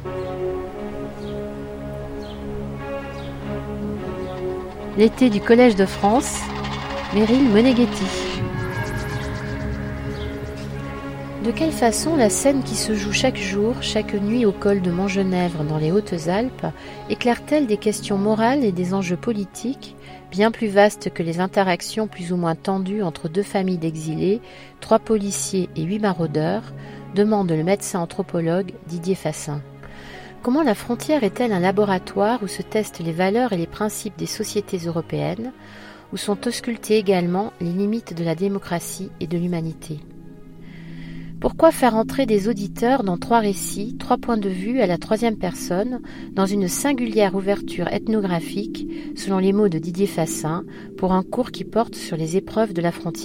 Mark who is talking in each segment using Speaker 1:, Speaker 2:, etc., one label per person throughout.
Speaker 1: L'été du Collège de France, Meryl Moneghetti. De quelle façon la scène qui se joue chaque jour, chaque nuit au col de Montgenèvre dans les Hautes-Alpes éclaire-t-elle des questions morales et des enjeux politiques bien plus vastes que les interactions plus ou moins tendues entre deux familles d'exilés, 3 policiers et 8 maraudeurs, demande le médecin anthropologue Didier Fassin. Comment la frontière est-elle un laboratoire où se testent les valeurs et les principes des sociétés européennes, où sont auscultées également les limites de la démocratie et de l'humanité ? Pourquoi faire entrer des auditeurs dans 3 récits, 3 points de vue à la 3e personne, dans une singulière ouverture ethnographique, selon les mots de Didier Fassin, pour un cours qui porte sur les épreuves de la frontière ?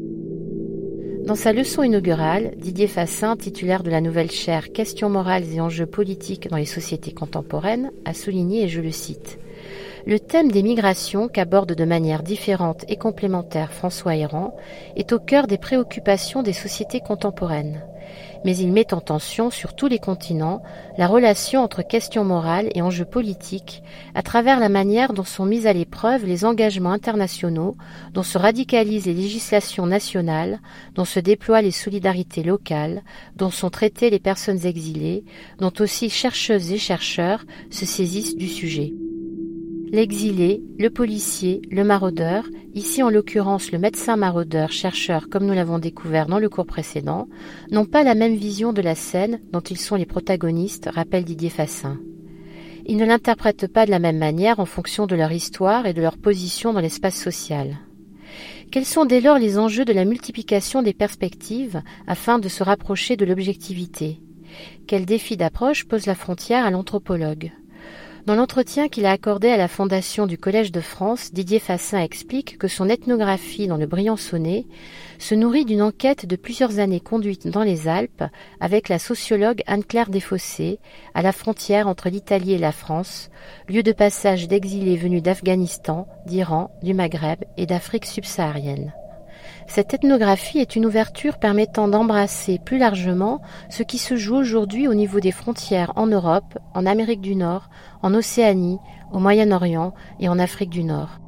Speaker 1: Dans sa leçon inaugurale, Didier Fassin, titulaire de la nouvelle chaire « Questions morales et enjeux politiques dans les sociétés contemporaines », a souligné, et je le cite, « Le thème des migrations qu'aborde de manière différente et complémentaire François Héran est au cœur des préoccupations des sociétés contemporaines. Mais il met en tension sur tous les continents la relation entre questions morales et enjeux politiques à travers la manière dont sont mis à l'épreuve les engagements internationaux, dont se radicalisent les législations nationales, dont se déploient les solidarités locales, dont sont traitées les personnes exilées, dont aussi chercheuses et chercheurs se saisissent du sujet. L'exilé, le policier, le maraudeur, ici en l'occurrence le médecin maraudeur chercheur comme nous l'avons découvert dans le cours précédent, n'ont pas la même vision de la scène dont ils sont les protagonistes, rappelle Didier Fassin. Ils ne l'interprètent pas de la même manière en fonction de leur histoire et de leur position dans l'espace social. Quels sont dès lors les enjeux de la multiplication des perspectives afin de se rapprocher de l'objectivité ? Quel défi d'approche pose la frontière à l'anthropologue ? Dans l'entretien qu'il a accordé à la Fondation du Collège de France, Didier Fassin explique que son ethnographie dans le Briançonnais se nourrit d'une enquête de plusieurs années conduite dans les Alpes avec la sociologue Anne-Claire Desfossés, à la frontière entre l'Italie et la France, lieu de passage d'exilés venus d'Afghanistan, d'Iran, du Maghreb et d'Afrique subsaharienne. Cette ethnographie est une ouverture permettant d'embrasser plus largement ce qui se joue aujourd'hui au niveau des frontières en Europe, en Amérique du Nord, en Océanie, au Moyen-Orient et en Afrique du Nord.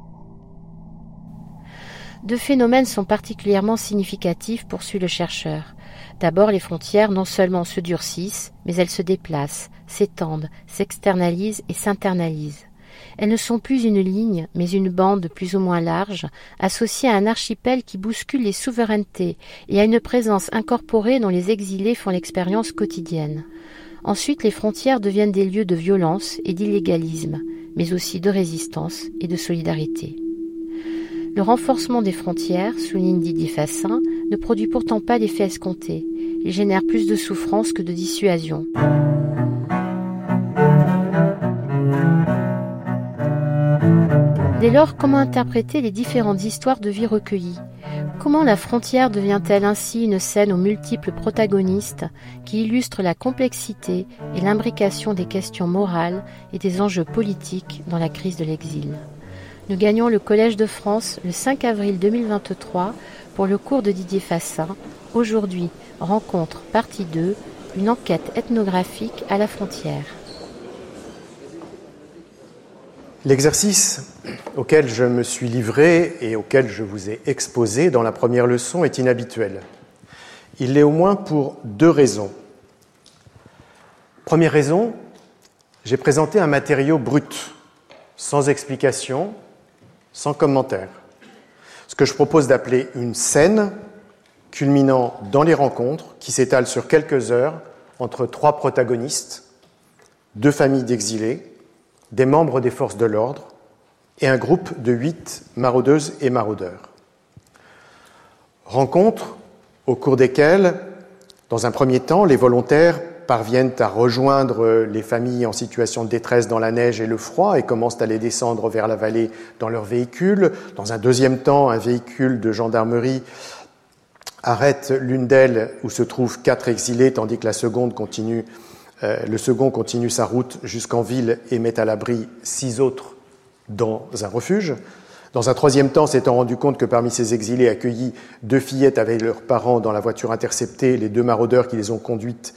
Speaker 1: 2 phénomènes sont particulièrement significatifs, poursuit le chercheur. D'abord, les frontières non seulement se durcissent, mais elles se déplacent, s'étendent, s'externalisent et s'internalisent. Elles ne sont plus une ligne, mais une bande plus ou moins large, associée à un archipel qui bouscule les souverainetés et à une présence incorporée dont les exilés font l'expérience quotidienne. Ensuite, les frontières deviennent des lieux de violence et d'illégalisme, mais aussi de résistance et de solidarité. Le renforcement des frontières, souligne Didier Fassin, ne produit pourtant pas l'effet escompté. Il génère plus de souffrance que de dissuasion. Dès lors, comment interpréter les différentes histoires de vie recueillies ? Comment la frontière devient-elle ainsi une scène aux multiples protagonistes qui illustre la complexité et l'imbrication des questions morales et des enjeux politiques dans la crise de l'exil ? Nous gagnons le Collège de France le 5 avril 2023 pour le cours de Didier Fassin. Aujourd'hui, rencontre partie 2, une enquête ethnographique à la frontière.
Speaker 2: L'exercice auquel je me suis livré et auquel je vous ai exposé dans la première leçon est inhabituel. Il l'est au moins pour 2 raisons. Première raison, j'ai présenté un matériau brut, sans explication, sans commentaire. Ce que je propose d'appeler une scène culminant dans les rencontres qui s'étalent sur quelques heures entre 3 protagonistes, 2 familles d'exilés, des membres des forces de l'ordre et un groupe de 8 maraudeuses et maraudeurs. Rencontres au cours desquelles, dans un premier temps, les volontaires parviennent à rejoindre les familles en situation de détresse dans la neige et le froid et commencent à les descendre vers la vallée dans leur véhicule. Dans un deuxième temps, un véhicule de gendarmerie arrête l'une d'elles où se trouvent 4 exilés, tandis que le second continue sa route jusqu'en ville et met à l'abri 6 autres dans un refuge. Dans un troisième temps, s'étant rendu compte que parmi ces exilés accueillis, 2 fillettes avec leurs parents dans la voiture interceptée, les 2 maraudeurs qui les ont conduites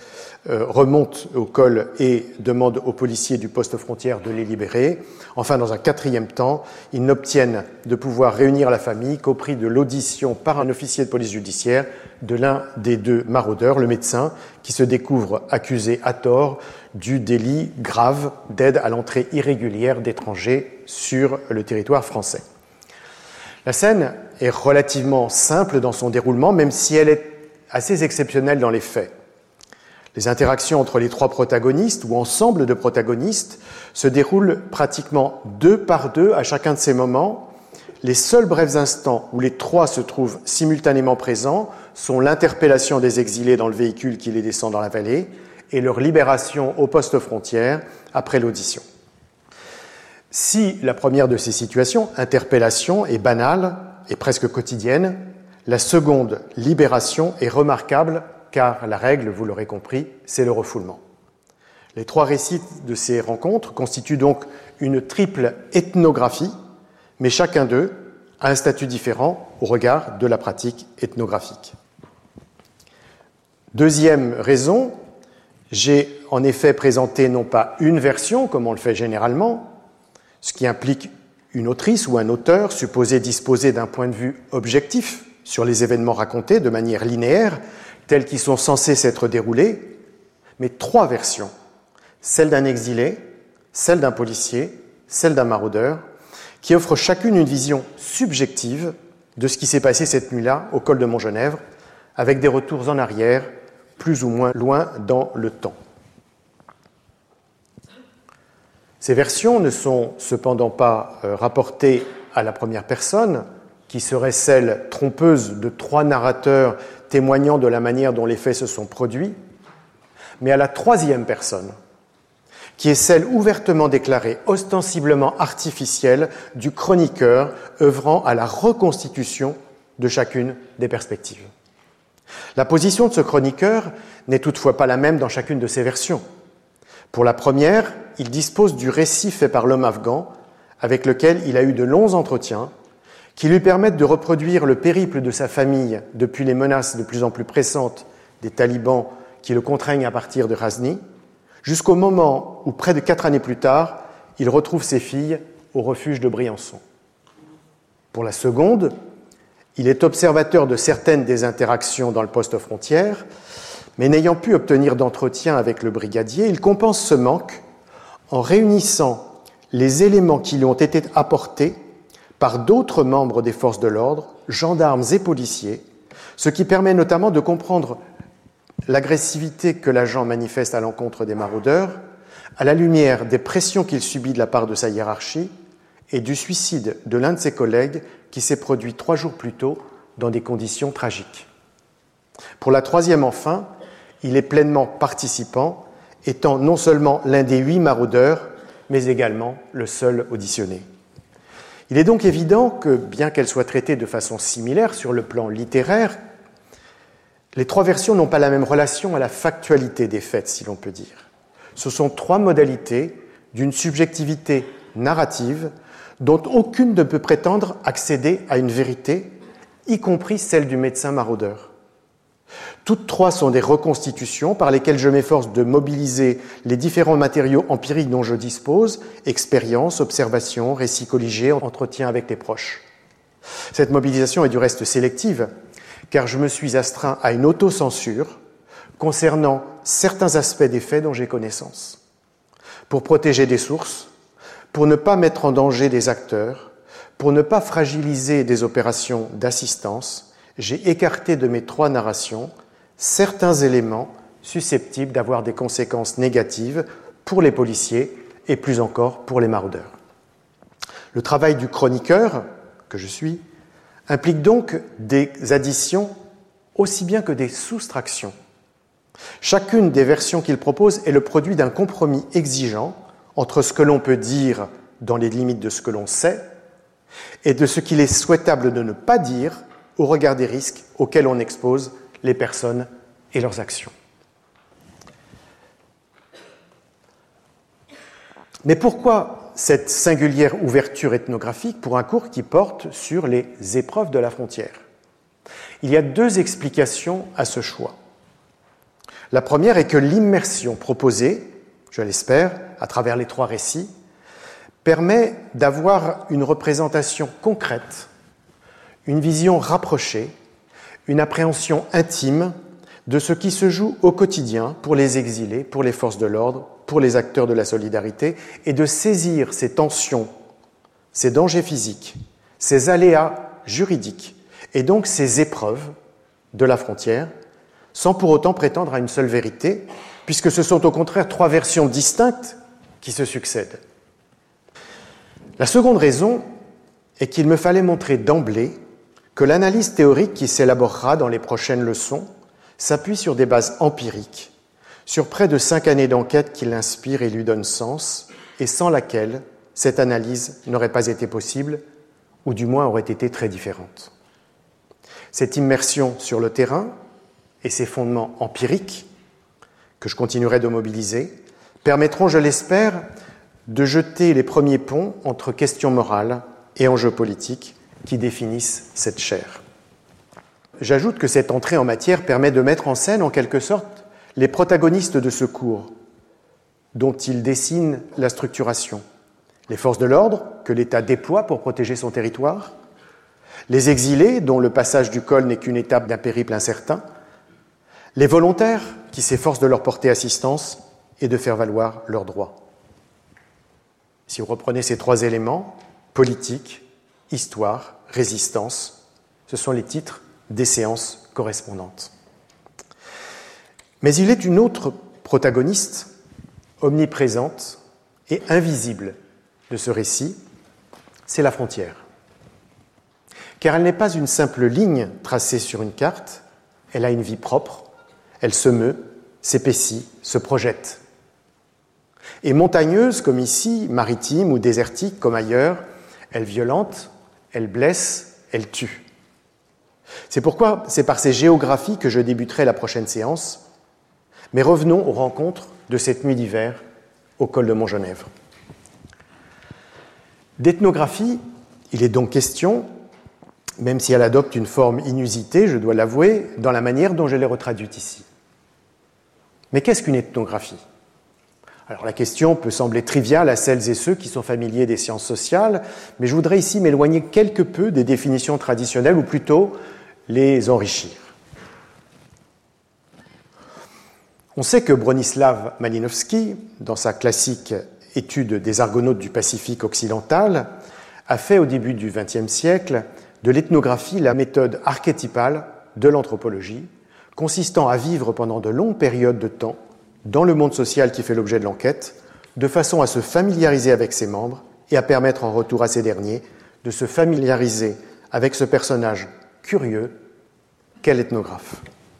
Speaker 2: remonte au col et demande aux policiers du poste frontière de les libérer. Enfin, dans un quatrième temps, ils n'obtiennent de pouvoir réunir la famille qu'au prix de l'audition par un officier de police judiciaire de l'un des deux maraudeurs, le médecin, qui se découvre accusé à tort du délit grave d'aide à l'entrée irrégulière d'étrangers sur le territoire français. La scène est relativement simple dans son déroulement, même si elle est assez exceptionnelle dans les faits. Les interactions entre les trois protagonistes ou ensemble de protagonistes se déroulent pratiquement deux par deux à chacun de ces moments. Les seuls brefs instants où les trois se trouvent simultanément présents sont l'interpellation des exilés dans le véhicule qui les descend dans la vallée et leur libération au poste frontière après l'audition. Si la première de ces situations, interpellation, est banale et presque quotidienne, la seconde, libération, est remarquable car la règle, vous l'aurez compris, c'est le refoulement. Les trois récits de ces rencontres constituent donc une triple ethnographie, mais chacun d'eux a un statut différent au regard de la pratique ethnographique. Deuxième raison, j'ai en effet présenté non pas une version, comme on le fait généralement, ce qui implique une autrice ou un auteur supposé disposer d'un point de vue objectif sur les événements racontés de manière linéaire, tels qu'ils sont censés s'être déroulés, mais trois versions, celle d'un exilé, celle d'un policier, celle d'un maraudeur, qui offrent chacune une vision subjective de ce qui s'est passé cette nuit-là au col de Montgenèvre, avec des retours en arrière, plus ou moins loin dans le temps. Ces versions ne sont cependant pas rapportées à la première personne, qui serait celle trompeuse de trois narrateurs témoignant de la manière dont les faits se sont produits, mais à la troisième personne, qui est celle ouvertement déclarée, ostensiblement artificielle, du chroniqueur œuvrant à la reconstitution de chacune des perspectives. La position de ce chroniqueur n'est toutefois pas la même dans chacune de ces versions. Pour la première, il dispose du récit fait par l'homme afghan, avec lequel il a eu de longs entretiens, qui lui permettent de reproduire le périple de sa famille depuis les menaces de plus en plus pressantes des talibans qui le contraignent à partir de Ghazni, jusqu'au moment où, près de 4 années plus tard, il retrouve ses filles au refuge de Briançon. Pour la seconde, il est observateur de certaines des interactions dans le poste frontière, mais n'ayant pu obtenir d'entretien avec le brigadier, il compense ce manque en réunissant les éléments qui lui ont été apportés par d'autres membres des forces de l'ordre, gendarmes et policiers, ce qui permet notamment de comprendre l'agressivité que l'agent manifeste à l'encontre des maraudeurs, à la lumière des pressions qu'il subit de la part de sa hiérarchie et du suicide de l'un de ses collègues qui s'est produit 3 jours plus tôt dans des conditions tragiques. Pour la troisième, enfin, il est pleinement participant, étant non seulement l'un des 8 maraudeurs, mais également le seul auditionné. Il est donc évident que, bien qu'elles soient traitées de façon similaire sur le plan littéraire, les trois versions n'ont pas la même relation à la factualité des faits, si l'on peut dire. Ce sont 3 modalités d'une subjectivité narrative dont aucune ne peut prétendre accéder à une vérité, y compris celle du médecin maraudeur. Toutes 3 sont des reconstitutions par lesquelles je m'efforce de mobiliser les différents matériaux empiriques dont je dispose, expériences, observations, récits colligés, entretiens avec les proches. Cette mobilisation est du reste sélective, car je me suis astreint à une autocensure concernant certains aspects des faits dont j'ai connaissance, pour protéger des sources, pour ne pas mettre en danger des acteurs, pour ne pas fragiliser des opérations d'assistance. J'ai écarté de mes 3 narrations certains éléments susceptibles d'avoir des conséquences négatives pour les policiers et plus encore pour les maraudeurs. Le travail du chroniqueur, que je suis, implique donc des additions aussi bien que des soustractions. Chacune des versions qu'il propose est le produit d'un compromis exigeant entre ce que l'on peut dire dans les limites de ce que l'on sait et de ce qu'il est souhaitable de ne pas dire au regard des risques auxquels on expose les personnes et leurs actions. Mais pourquoi cette singulière ouverture ethnographique pour un cours qui porte sur les épreuves de la frontière ? Il y a 2 explications à ce choix. La première est que l'immersion proposée, je l'espère, à travers les 3 récits, permet d'avoir une représentation concrète, une vision rapprochée, une appréhension intime de ce qui se joue au quotidien pour les exilés, pour les forces de l'ordre, pour les acteurs de la solidarité, et de saisir ces tensions, ces dangers physiques, ces aléas juridiques, et donc ces épreuves de la frontière, sans pour autant prétendre à une seule vérité, puisque ce sont au contraire 3 versions distinctes qui se succèdent. La seconde raison est qu'il me fallait montrer d'emblée que l'analyse théorique qui s'élaborera dans les prochaines leçons s'appuie sur des bases empiriques, sur près de 5 années d'enquête qui l'inspirent et lui donnent sens, et sans laquelle cette analyse n'aurait pas été possible, ou du moins aurait été très différente. Cette immersion sur le terrain et ses fondements empiriques, que je continuerai de mobiliser, permettront, je l'espère, de jeter les premiers ponts entre questions morales et enjeux politiques qui définissent cette chaire. J'ajoute que cette entrée en matière permet de mettre en scène, en quelque sorte, les protagonistes de ce cours, dont il dessine la structuration. Les forces de l'ordre que l'État déploie pour protéger son territoire, les exilés dont le passage du col n'est qu'une étape d'un périple incertain, les volontaires qui s'efforcent de leur porter assistance et de faire valoir leurs droits. Si vous reprenez ces 3 éléments, politique, histoire, résistance, ce sont les titres des séances correspondantes. Mais il est une autre protagoniste, omniprésente et invisible de ce récit, c'est la frontière. Car elle n'est pas une simple ligne tracée sur une carte, elle a une vie propre, elle se meut, s'épaissit, se projette. Et montagneuse comme ici, maritime ou désertique comme ailleurs, elle violente, elle blesse, elle tue. C'est pourquoi c'est par ces géographies que je débuterai la prochaine séance, mais revenons aux rencontres de cette nuit d'hiver au col de Montgenèvre. D'ethnographie, il est donc question, même si elle adopte une forme inusitée, je dois l'avouer, dans la manière dont je l'ai retraduite ici. Mais qu'est-ce qu'une ethnographie ? Alors la question peut sembler triviale à celles et ceux qui sont familiers des sciences sociales, mais je voudrais ici m'éloigner quelque peu des définitions traditionnelles, ou plutôt les enrichir. On sait que Bronisław Malinowski, dans sa classique Étude des Argonautes du Pacifique occidental, a fait au début du XXe siècle de l'ethnographie la méthode archétypale de l'anthropologie, consistant à vivre pendant de longues périodes de temps dans le monde social qui fait l'objet de l'enquête, de façon à se familiariser avec ses membres et à permettre en retour à ces derniers de se familiariser avec ce personnage curieux qu'est l'ethnographe.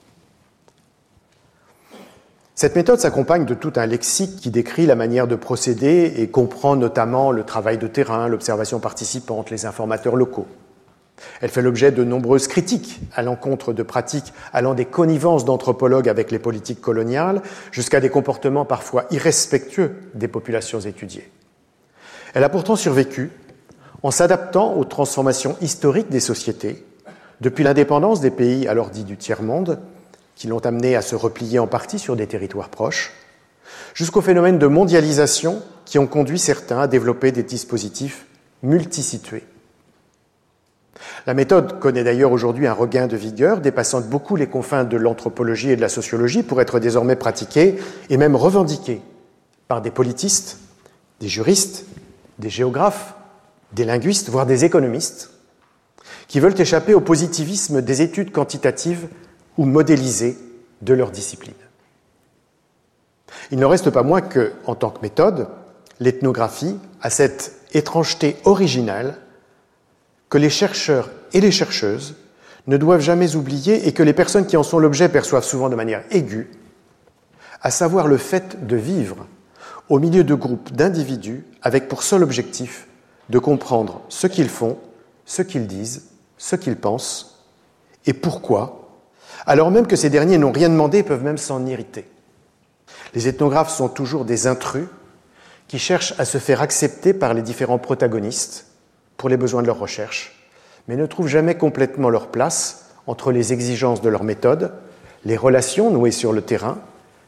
Speaker 2: Cette méthode s'accompagne de tout un lexique qui décrit la manière de procéder et comprend notamment le travail de terrain, l'observation participante, les informateurs locaux. Elle fait l'objet de nombreuses critiques à l'encontre de pratiques allant des connivences d'anthropologues avec les politiques coloniales jusqu'à des comportements parfois irrespectueux des populations étudiées. Elle a pourtant survécu en s'adaptant aux transformations historiques des sociétés, depuis l'indépendance des pays alors dits du tiers-monde, qui l'ont amené à se replier en partie sur des territoires proches, jusqu'aux phénomènes de mondialisation qui ont conduit certains à développer des dispositifs multisitués. La méthode connaît d'ailleurs aujourd'hui un regain de vigueur, dépassant de beaucoup les confins de l'anthropologie et de la sociologie pour être désormais pratiquée et même revendiquée par des politistes, des juristes, des géographes, des linguistes, voire des économistes, qui veulent échapper au positivisme des études quantitatives ou modélisées de leur discipline. Il ne reste pas moins que, en tant que méthode, l'ethnographie a cette étrangeté originale que les chercheurs et les chercheuses ne doivent jamais oublier et que les personnes qui en sont l'objet perçoivent souvent de manière aiguë, à savoir le fait de vivre au milieu de groupes d'individus avec pour seul objectif de comprendre ce qu'ils font, ce qu'ils disent, ce qu'ils pensent et pourquoi, alors même que ces derniers n'ont rien demandé et peuvent même s'en irriter. Les ethnographes sont toujours des intrus qui cherchent à se faire accepter par les différents protagonistes pour les besoins de leur recherche, mais ne trouvent jamais complètement leur place entre les exigences de leur méthode, les relations nouées sur le terrain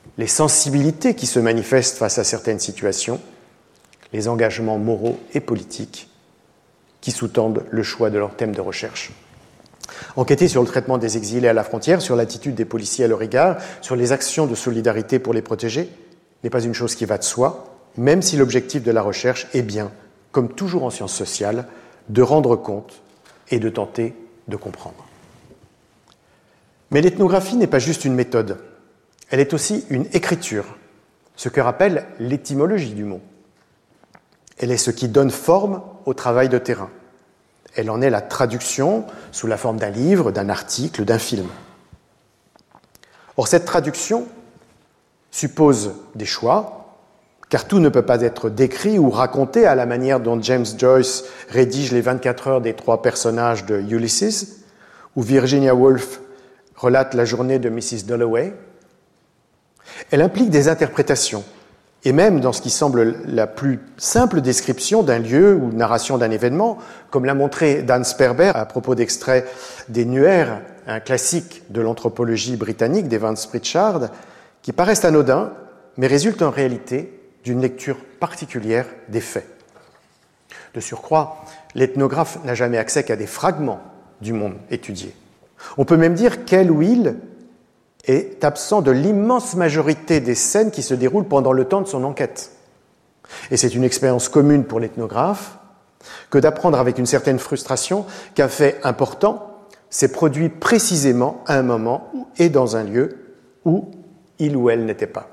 Speaker 2: les sensibilités qui se manifestent face à certaines situations, les engagements moraux et politiques qui sous-tendent le choix de leur thème de recherche. Enquêter sur le traitement des exilés à la frontière, sur l'attitude des policiers à leur égard, sur les actions de solidarité pour les protéger, n'est pas une chose qui va de soi, même si l'objectif de la recherche est bien, comme toujours en sciences sociales, de rendre compte et de tenter de comprendre. Mais l'ethnographie n'est pas juste une méthode, elle est aussi une écriture, ce que rappelle l'étymologie du mot. Elle est ce qui donne forme au travail de terrain. Elle en est la traduction sous la forme d'un livre, d'un article, d'un film. Or, cette traduction suppose des choix, car tout ne peut pas être décrit ou raconté à la manière dont James Joyce rédige les 24 heures des 3 personnages de Ulysses, ou Virginia Woolf relate la journée de Mrs. Dalloway. Elle implique des interprétations, et même dans ce qui semble la plus simple description d'un lieu ou narration d'un événement, comme l'a montré Dan Sperber à propos d'extraits des Nuaires, un classique de l'anthropologie britannique d'Evans Pritchard, qui paraissent anodins, mais résultent en réalité d'une lecture particulière des faits. De surcroît, l'ethnographe n'a jamais accès qu'à des fragments du monde étudié. On peut même dire qu'elle ou il est absent de l'immense majorité des scènes qui se déroulent pendant le temps de son enquête. Et c'est une expérience commune pour l'ethnographe que d'apprendre avec une certaine frustration qu'un fait important s'est produit précisément à un moment et dans un lieu où il ou elle n'était pas.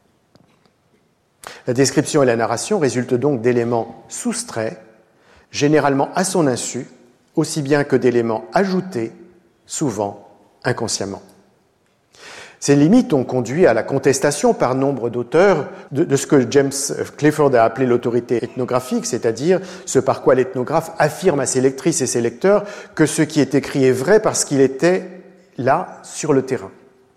Speaker 2: La description et la narration résultent donc d'éléments soustraits, généralement à son insu, aussi bien que d'éléments ajoutés, souvent inconsciemment. Ces limites ont conduit à la contestation par nombre d'auteurs de ce que James Clifford a appelé l'autorité ethnographique, c'est-à-dire ce par quoi l'ethnographe affirme à ses lectrices et ses lecteurs que ce qui est écrit est vrai parce qu'il était là, sur le terrain.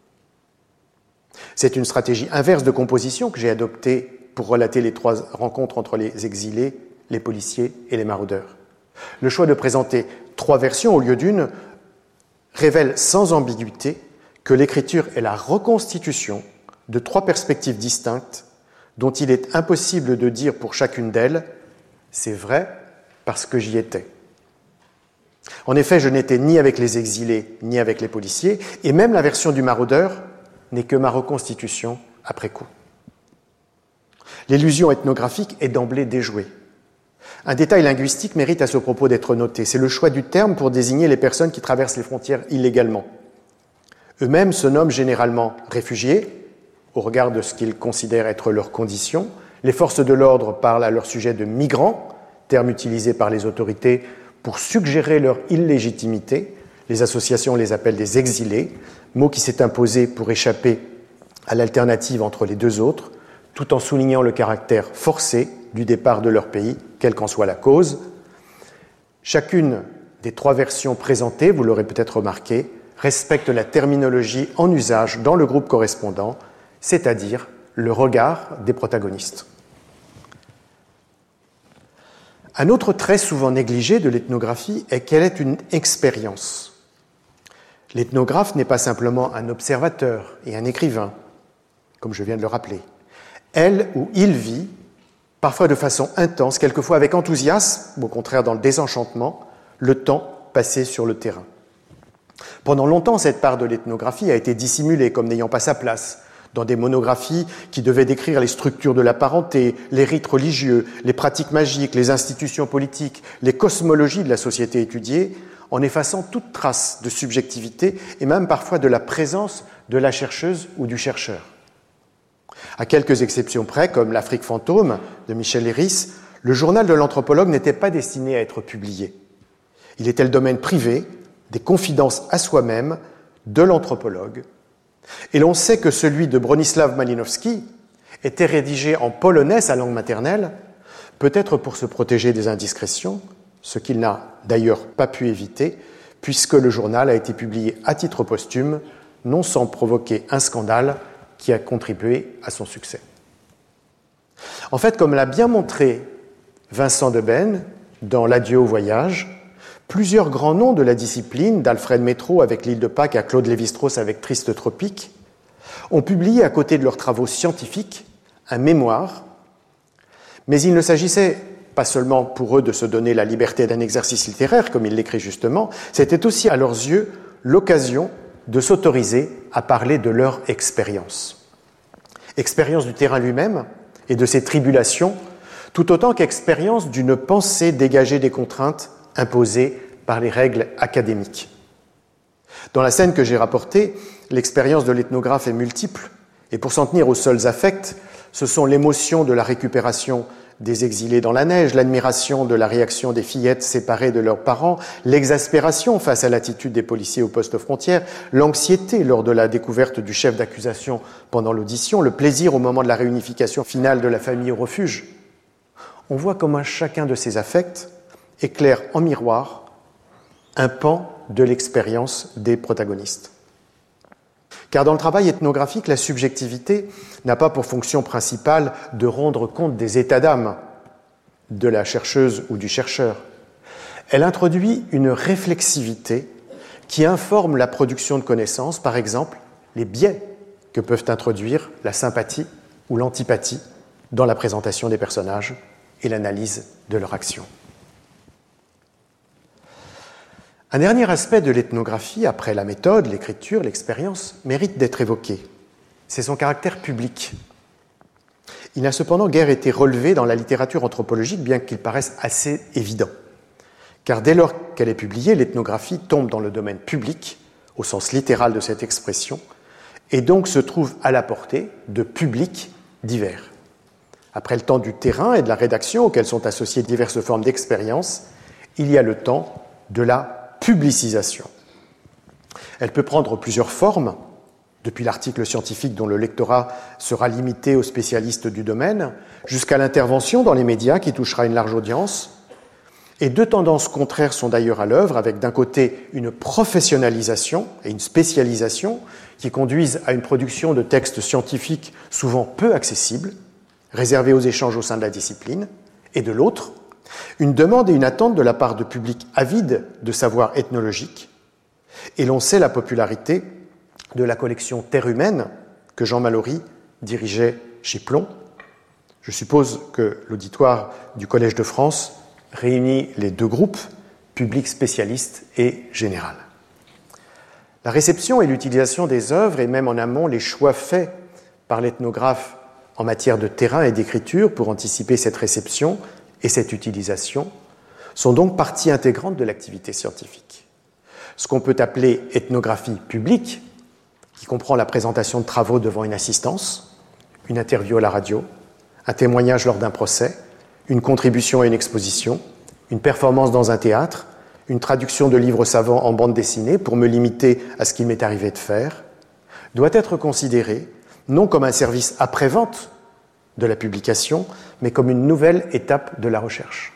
Speaker 2: C'est une stratégie inverse de composition que j'ai adoptée pour relater les 3 rencontres entre les exilés, les policiers et les maraudeurs. Le choix de présenter 3 versions au lieu d'une révèle sans ambiguïté que l'écriture est la reconstitution de 3 perspectives distinctes dont il est impossible de dire pour chacune d'elles « c'est vrai parce que j'y étais ». En effet, je n'étais ni avec les exilés ni avec les policiers, et même la version du maraudeur n'est que ma reconstitution après coup. L'illusion ethnographique est d'emblée déjouée. Un détail linguistique mérite à ce propos d'être noté, c'est le choix du terme pour désigner les personnes qui traversent les frontières illégalement. Eux-mêmes se nomment généralement réfugiés, au regard de ce qu'ils considèrent être leurs conditions. Les forces de l'ordre parlent à leur sujet de migrants, terme utilisé par les autorités pour suggérer leur illégitimité. Les associations les appellent des exilés, mot qui s'est imposé pour échapper à l'alternative entre les 2 autres, tout en soulignant le caractère forcé du départ de leur pays, quelle qu'en soit la cause. Chacune des 3 versions présentées, vous l'aurez peut-être remarqué, respecte la terminologie en usage dans le groupe correspondant, c'est-à-dire le regard des protagonistes. Un autre trait souvent négligé de l'ethnographie est qu'elle est une expérience. L'ethnographe n'est pas simplement un observateur et un écrivain, comme je viens de le rappeler. Elle ou il vit, parfois de façon intense, quelquefois avec enthousiasme, ou au contraire dans le désenchantement, le temps passé sur le terrain. Pendant longtemps, cette part de l'ethnographie a été dissimulée comme n'ayant pas sa place dans des monographies qui devaient décrire les structures de la parenté, les rites religieux, les pratiques magiques, les institutions politiques, les cosmologies de la société étudiée, en effaçant toute trace de subjectivité et même parfois de la présence de la chercheuse ou du chercheur. À quelques exceptions près, comme l'Afrique fantôme de Michel Hérisse, le journal de l'anthropologue n'était pas destiné à être publié. Il était le domaine privé des confidences à soi-même de l'anthropologue. Et l'on sait que celui de Bronisław Malinowski était rédigé en polonais, sa langue maternelle, peut-être pour se protéger des indiscrétions, ce qu'il n'a d'ailleurs pas pu éviter, puisque le journal a été publié à titre posthume, non sans provoquer un scandale qui a contribué à son succès. En fait, comme l'a bien montré Vincent Deben dans L'Adieu au voyage, plusieurs grands noms de la discipline, d'Alfred Métraux avec L'île de Pâques à Claude Lévi-Strauss avec Triste Tropique, ont publié à côté de leurs travaux scientifiques un mémoire, mais il ne s'agissait pas seulement pour eux de se donner la liberté d'un exercice littéraire, comme il l'écrit justement, c'était aussi à leurs yeux l'occasion de s'autoriser à parler de leur expérience. Expérience du terrain lui-même et de ses tribulations, tout autant qu'expérience d'une pensée dégagée des contraintes imposées par les règles académiques. Dans la scène que j'ai rapportée, l'expérience de l'ethnographe est multiple, et pour s'en tenir aux seuls affects, ce sont l'émotion de la récupération des exilés dans la neige, l'admiration de la réaction des fillettes séparées de leurs parents, l'exaspération face à l'attitude des policiers au poste frontière, l'anxiété lors de la découverte du chef d'accusation pendant l'audition, le plaisir au moment de la réunification finale de la famille au refuge. On voit comment chacun de ces affects éclaire en miroir un pan de l'expérience des protagonistes. Car dans le travail ethnographique, la subjectivité n'a pas pour fonction principale de rendre compte des états d'âme de la chercheuse ou du chercheur. Elle introduit une réflexivité qui informe la production de connaissances, par exemple les biais que peuvent introduire la sympathie ou l'antipathie dans la présentation des personnages et l'analyse de leur action. Un dernier aspect de l'ethnographie, après la méthode, l'écriture, l'expérience, mérite d'être évoqué. C'est son caractère public. Il n'a cependant guère été relevé dans la littérature anthropologique, bien qu'il paraisse assez évident. Car dès lors qu'elle est publiée, l'ethnographie tombe dans le domaine public, au sens littéral de cette expression, et donc se trouve à la portée de publics divers. Après le temps du terrain et de la rédaction, auxquels sont associées diverses formes d'expérience, il y a le temps de la publicisation. Elle peut prendre plusieurs formes, depuis l'article scientifique dont le lectorat sera limité aux spécialistes du domaine, jusqu'à l'intervention dans les médias qui touchera une large audience. Et deux tendances contraires sont d'ailleurs à l'œuvre, avec d'un côté une professionnalisation et une spécialisation qui conduisent à une production de textes scientifiques souvent peu accessibles, réservés aux échanges au sein de la discipline, et de l'autre, une demande et une attente de la part de publics avides de savoir ethnologique, et l'on sait la popularité de la collection Terre humaine que Jean Mallory dirigeait chez Plomb. Je suppose que l'auditoire du Collège de France réunit les deux groupes, public spécialiste et général. La réception et l'utilisation des œuvres, et même en amont les choix faits par l'ethnographe en matière de terrain et d'écriture pour anticiper cette réception et cette utilisation, sont donc partie intégrante de l'activité scientifique. Ce qu'on peut appeler ethnographie publique, qui comprend la présentation de travaux devant une assistance, une interview à la radio, un témoignage lors d'un procès, une contribution à une exposition, une performance dans un théâtre, une traduction de livres savants en bande dessinée, pour me limiter à ce qu'il m'est arrivé de faire, doit être considérée non comme un service après-vente de la publication, mais comme une nouvelle étape de la recherche.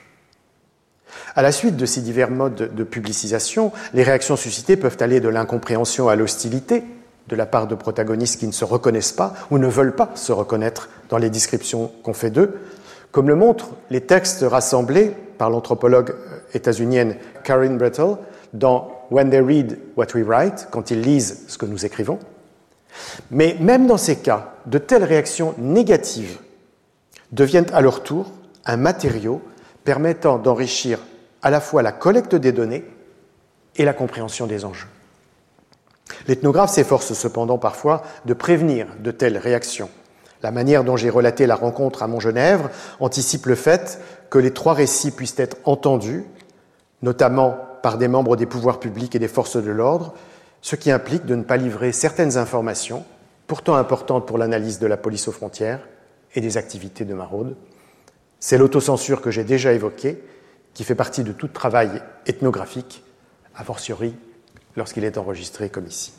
Speaker 2: À la suite de ces divers modes de publicisation, les réactions suscitées peuvent aller de l'incompréhension à l'hostilité de la part de protagonistes qui ne se reconnaissent pas ou ne veulent pas se reconnaître dans les descriptions qu'on fait d'eux, comme le montrent les textes rassemblés par l'anthropologue états-unienne Karen Brettel dans When They Read What We Write, quand ils lisent ce que nous écrivons. Mais même dans ces cas, de telles réactions négatives deviennent à leur tour un matériau permettant d'enrichir à la fois la collecte des données et la compréhension des enjeux. L'ethnographe s'efforce cependant parfois de prévenir de telles réactions. La manière dont j'ai relaté la rencontre à Montgenèvre anticipe le fait que les trois récits puissent être entendus, notamment par des membres des pouvoirs publics et des forces de l'ordre, ce qui implique de ne pas livrer certaines informations, pourtant importantes pour l'analyse de la police aux frontières et des activités de maraude. C'est l'autocensure que j'ai déjà évoquée, qui fait partie de tout travail ethnographique, a fortiori lorsqu'il est enregistré comme ici.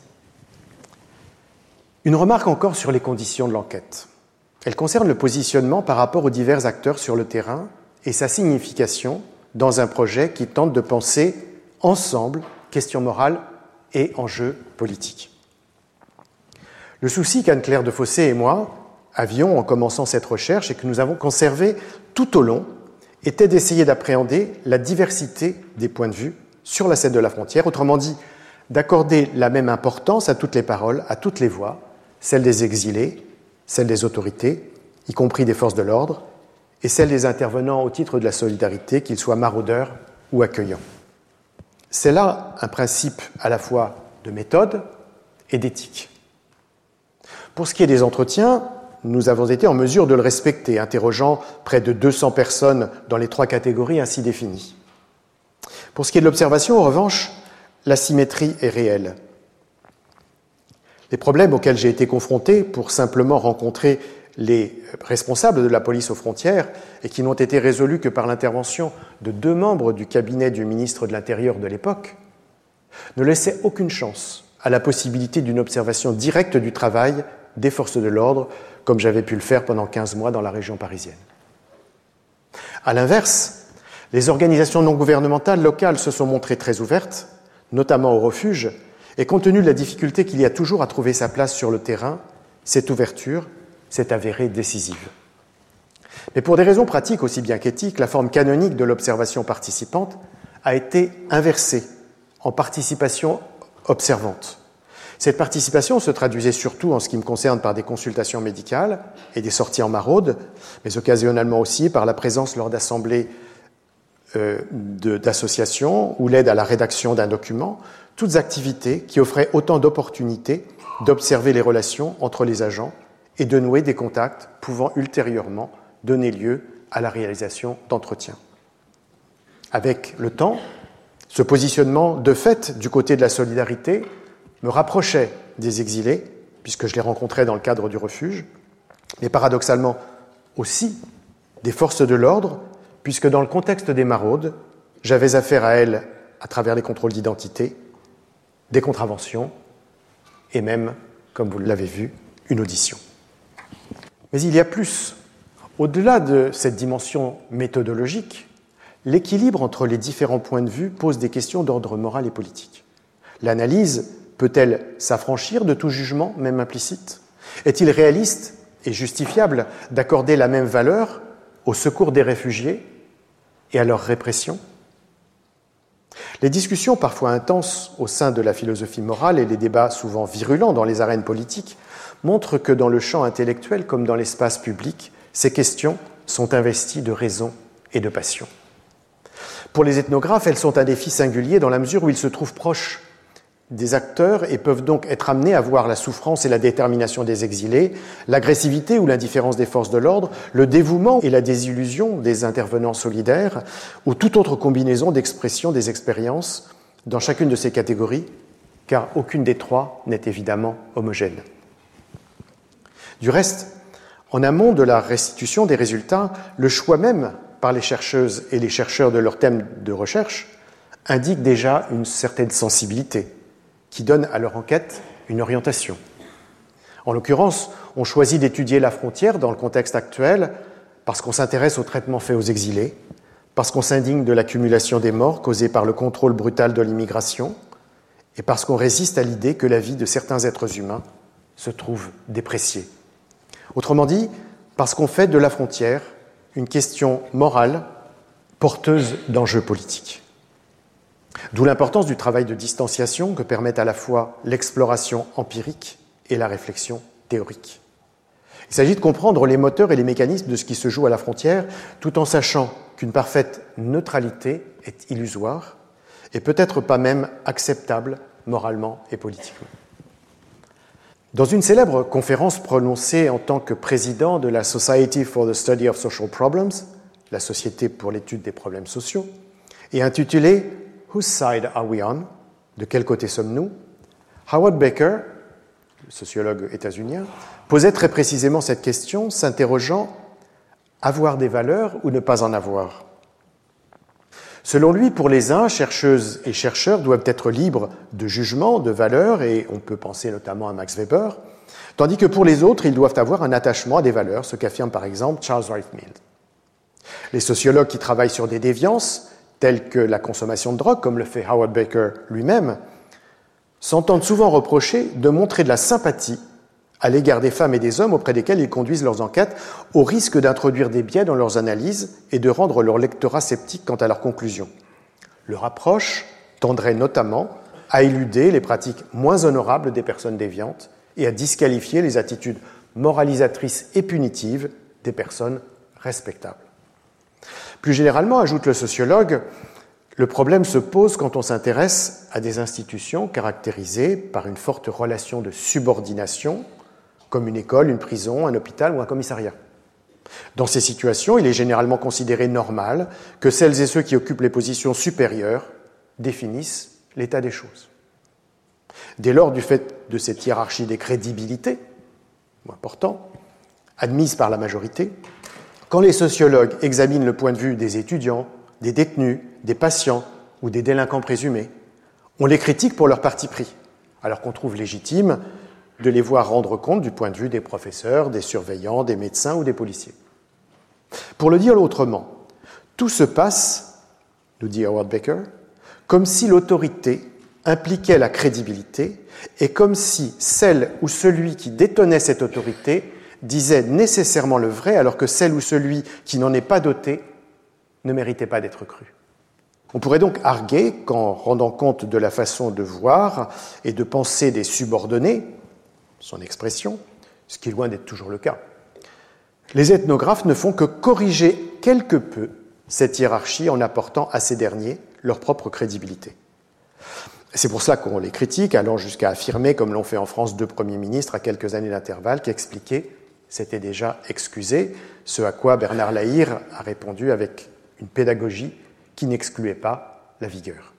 Speaker 2: Une remarque encore sur les conditions de l'enquête. Elle concerne le positionnement par rapport aux divers acteurs sur le terrain et sa signification dans un projet qui tente de penser ensemble questions morales et enjeux politiques. Le souci qu'Anne-Claire Defossé et moi avions en commençant cette recherche et que nous avons conservé tout au long était d'essayer d'appréhender la diversité des points de vue sur la scène de la frontière, autrement dit, d'accorder la même importance à toutes les paroles, à toutes les voix, celle des exilés, celle des autorités, y compris des forces de l'ordre, et celle des intervenants au titre de la solidarité, qu'ils soient maraudeurs ou accueillants. C'est là un principe à la fois de méthode et d'éthique. Pour ce qui est des entretiens, nous avons été en mesure de le respecter, interrogeant près de 200 personnes dans les 3 catégories ainsi définies. Pour ce qui est de l'observation, en revanche, la symétrie est réelle. Les problèmes auxquels j'ai été confronté pour simplement rencontrer les responsables de la police aux frontières et qui n'ont été résolus que par l'intervention de 2 membres du cabinet du ministre de l'Intérieur de l'époque, ne laissaient aucune chance à la possibilité d'une observation directe du travail des forces de l'ordre, comme j'avais pu le faire pendant 15 mois dans la région parisienne. À l'inverse, les organisations non gouvernementales locales se sont montrées très ouvertes, notamment aux refuges, et compte tenu de la difficulté qu'il y a toujours à trouver sa place sur le terrain, cette ouverture s'est avérée décisive. Mais pour des raisons pratiques aussi bien qu'éthiques, la forme canonique de l'observation participante a été inversée en participation observante. Cette participation se traduisait surtout, en ce qui me concerne, par des consultations médicales et des sorties en maraude, mais occasionnellement aussi par la présence lors d'assemblées d'associations ou l'aide à la rédaction d'un document, toutes activités qui offraient autant d'opportunités d'observer les relations entre les agents et de nouer des contacts pouvant ultérieurement donner lieu à la réalisation d'entretiens. Avec le temps, ce positionnement de fait du côté de la solidarité me rapprochait des exilés, puisque je les rencontrais dans le cadre du refuge, mais paradoxalement aussi des forces de l'ordre, puisque dans le contexte des maraudes, j'avais affaire à elles à travers les contrôles d'identité, des contraventions et même, comme vous l'avez vu, une audition. Mais il y a plus. Au-delà de cette dimension méthodologique, l'équilibre entre les différents points de vue pose des questions d'ordre moral et politique. L'analyse peut-elle s'affranchir de tout jugement, même implicite ? Est-il réaliste et justifiable d'accorder la même valeur au secours des réfugiés et à leur répression ? Les discussions parfois intenses au sein de la philosophie morale et les débats souvent virulents dans les arènes politiques montrent que dans le champ intellectuel comme dans l'espace public, ces questions sont investies de raison et de passion. Pour les ethnographes, elles sont un défi singulier dans la mesure où ils se trouvent proches des acteurs et peuvent donc être amenés à voir la souffrance et la détermination des exilés, l'agressivité ou l'indifférence des forces de l'ordre, le dévouement et la désillusion des intervenants solidaires, ou toute autre combinaison d'expressions des expériences dans chacune de ces catégories, car aucune des 3 n'est évidemment homogène. Du reste, en amont de la restitution des résultats, le choix même par les chercheuses et les chercheurs de leur thème de recherche indique déjà une certaine sensibilité qui donne à leur enquête une orientation. En l'occurrence, on choisit d'étudier la frontière dans le contexte actuel parce qu'on s'intéresse aux traitements faits aux exilés, parce qu'on s'indigne de l'accumulation des morts causée par le contrôle brutal de l'immigration et parce qu'on résiste à l'idée que la vie de certains êtres humains se trouve dépréciée. Autrement dit, parce qu'on fait de la frontière une question morale porteuse d'enjeux politiques. D'où l'importance du travail de distanciation que permettent à la fois l'exploration empirique et la réflexion théorique. Il s'agit de comprendre les moteurs et les mécanismes de ce qui se joue à la frontière, tout en sachant qu'une parfaite neutralité est illusoire et peut-être pas même acceptable moralement et politiquement. Dans une célèbre conférence prononcée en tant que président de la Society for the Study of Social Problems, la Société pour l'étude des problèmes sociaux, et intitulée « Whose side are we on ?» De quel côté sommes-nous ? Howard Baker, le sociologue états-unien, posait très précisément cette question, s'interrogeant « avoir des valeurs ou ne pas en avoir ?» Selon lui, pour les uns, chercheuses et chercheurs doivent être libres de jugement, de valeurs, et on peut penser notamment à Max Weber, tandis que pour les autres, ils doivent avoir un attachement à des valeurs, ce qu'affirme par exemple Charles Wright Mills. Les sociologues qui travaillent sur des déviances, telles que la consommation de drogue, comme le fait Howard Baker lui-même, s'entendent souvent reprocher de montrer de la sympathie à l'égard des femmes et des hommes auprès desquels ils conduisent leurs enquêtes, au risque d'introduire des biais dans leurs analyses et de rendre leur lectorat sceptique quant à leurs conclusions. Leur approche tendrait notamment à éluder les pratiques moins honorables des personnes déviantes et à disqualifier les attitudes moralisatrices et punitives des personnes respectables. Plus généralement, ajoute le sociologue, le problème se pose quand on s'intéresse à des institutions caractérisées par une forte relation de subordination, comme une école, une prison, un hôpital ou un commissariat. Dans ces situations, il est généralement considéré normal que celles et ceux qui occupent les positions supérieures définissent l'état des choses. Dès lors, du fait de cette hiérarchie des crédibilités, important, admise par la majorité, quand les sociologues examinent le point de vue des étudiants, des détenus, des patients ou des délinquants présumés, on les critique pour leur parti pris, alors qu'on trouve légitime de les voir rendre compte du point de vue des professeurs, des surveillants, des médecins ou des policiers. Pour le dire autrement, tout se passe, nous dit Howard Baker, comme si l'autorité impliquait la crédibilité et comme si celle ou celui qui détenait cette autorité disait nécessairement le vrai alors que celle ou celui qui n'en est pas doté ne méritait pas d'être cru. On pourrait donc arguer qu'en rendant compte de la façon de voir et de penser des subordonnés, son expression, ce qui est loin d'être toujours le cas, les ethnographes ne font que corriger quelque peu cette hiérarchie en apportant à ces derniers leur propre crédibilité. C'est pour cela qu'on les critique, allant jusqu'à affirmer, comme l'ont fait en France 2 premiers ministres à quelques années d'intervalle, qu'expliquer s'était déjà excusé, ce à quoi Bernard Lahire a répondu avec une pédagogie qui n'excluait pas la vigueur.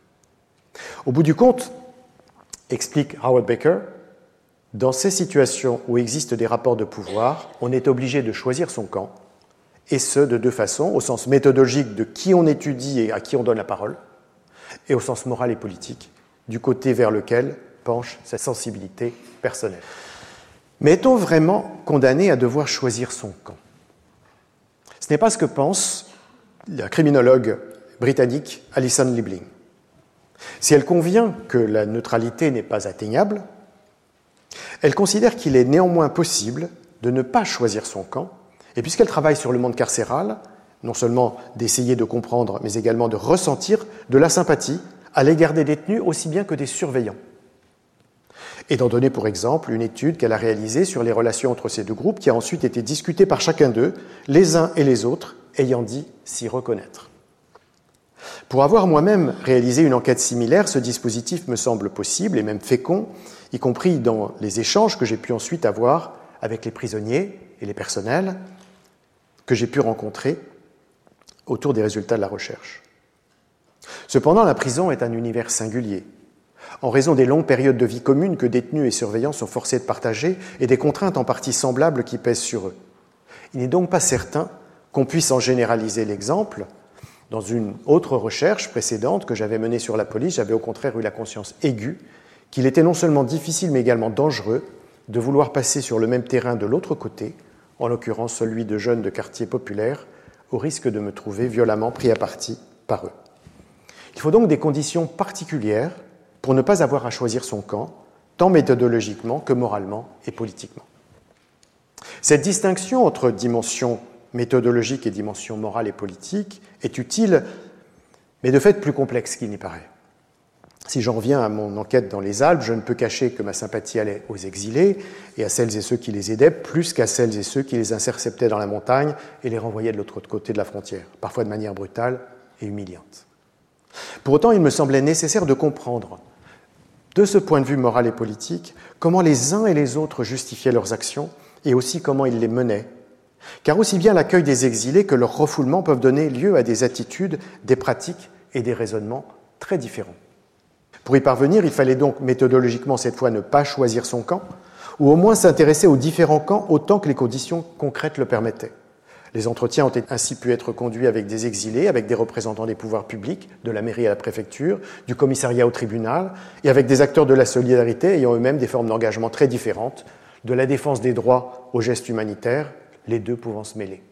Speaker 2: Au bout du compte, explique Howard Baker, dans ces situations où existent des rapports de pouvoir, on est obligé de choisir son camp, et ce de deux façons, au sens méthodologique de qui on étudie et à qui on donne la parole, et au sens moral et politique, du côté vers lequel penche sa sensibilité personnelle. Mais est-on vraiment condamné à devoir choisir son camp ? Ce n'est pas ce que pense la criminologue britannique Alison Liebling. Si elle convient que la neutralité n'est pas atteignable, elle considère qu'il est néanmoins possible de ne pas choisir son camp, et puisqu'elle travaille sur le monde carcéral, non seulement d'essayer de comprendre, mais également de ressentir de la sympathie à l'égard des détenus aussi bien que des surveillants. Et d'en donner pour exemple une étude qu'elle a réalisée sur les relations entre ces deux groupes qui a ensuite été discutée par chacun d'eux, les uns et les autres ayant dit s'y reconnaître. Pour avoir moi-même réalisé une enquête similaire, ce dispositif me semble possible et même fécond, y compris dans les échanges que j'ai pu ensuite avoir avec les prisonniers et les personnels que j'ai pu rencontrer autour des résultats de la recherche. Cependant, la prison est un univers singulier, en raison des longues périodes de vie commune que détenus et surveillants sont forcés de partager et des contraintes en partie semblables qui pèsent sur eux. Il n'est donc pas certain qu'on puisse en généraliser l'exemple. Dans une autre recherche précédente que j'avais menée sur la police, j'avais au contraire eu la conscience aiguë qu'il était non seulement difficile mais également dangereux de vouloir passer sur le même terrain de l'autre côté, en l'occurrence celui de jeunes de quartiers populaires, au risque de me trouver violemment pris à partie par eux. Il faut donc des conditions particulières pour ne pas avoir à choisir son camp, tant méthodologiquement que moralement et politiquement. Cette distinction entre dimension méthodologique et dimension morale et politique est utile, mais de fait plus complexe qu'il n'y paraît. Si j'en reviens à mon enquête dans les Alpes, je ne peux cacher que ma sympathie allait aux exilés et à celles et ceux qui les aidaient, plus qu'à celles et ceux qui les interceptaient dans la montagne et les renvoyaient de l'autre côté de la frontière, parfois de manière brutale et humiliante. Pour autant, il me semblait nécessaire de comprendre, de ce point de vue moral et politique, comment les uns et les autres justifiaient leurs actions et aussi comment ils les menaient. Car aussi bien l'accueil des exilés que leur refoulement peuvent donner lieu à des attitudes, des pratiques et des raisonnements très différents. Pour y parvenir, il fallait donc méthodologiquement cette fois ne pas choisir son camp, ou au moins s'intéresser aux différents camps autant que les conditions concrètes le permettaient. Les entretiens ont ainsi pu être conduits avec des exilés, avec des représentants des pouvoirs publics, de la mairie à la préfecture, du commissariat au tribunal, et avec des acteurs de la solidarité ayant eux-mêmes des formes d'engagement très différentes, de la défense des droits aux gestes humanitaires, les deux pouvant se mêler.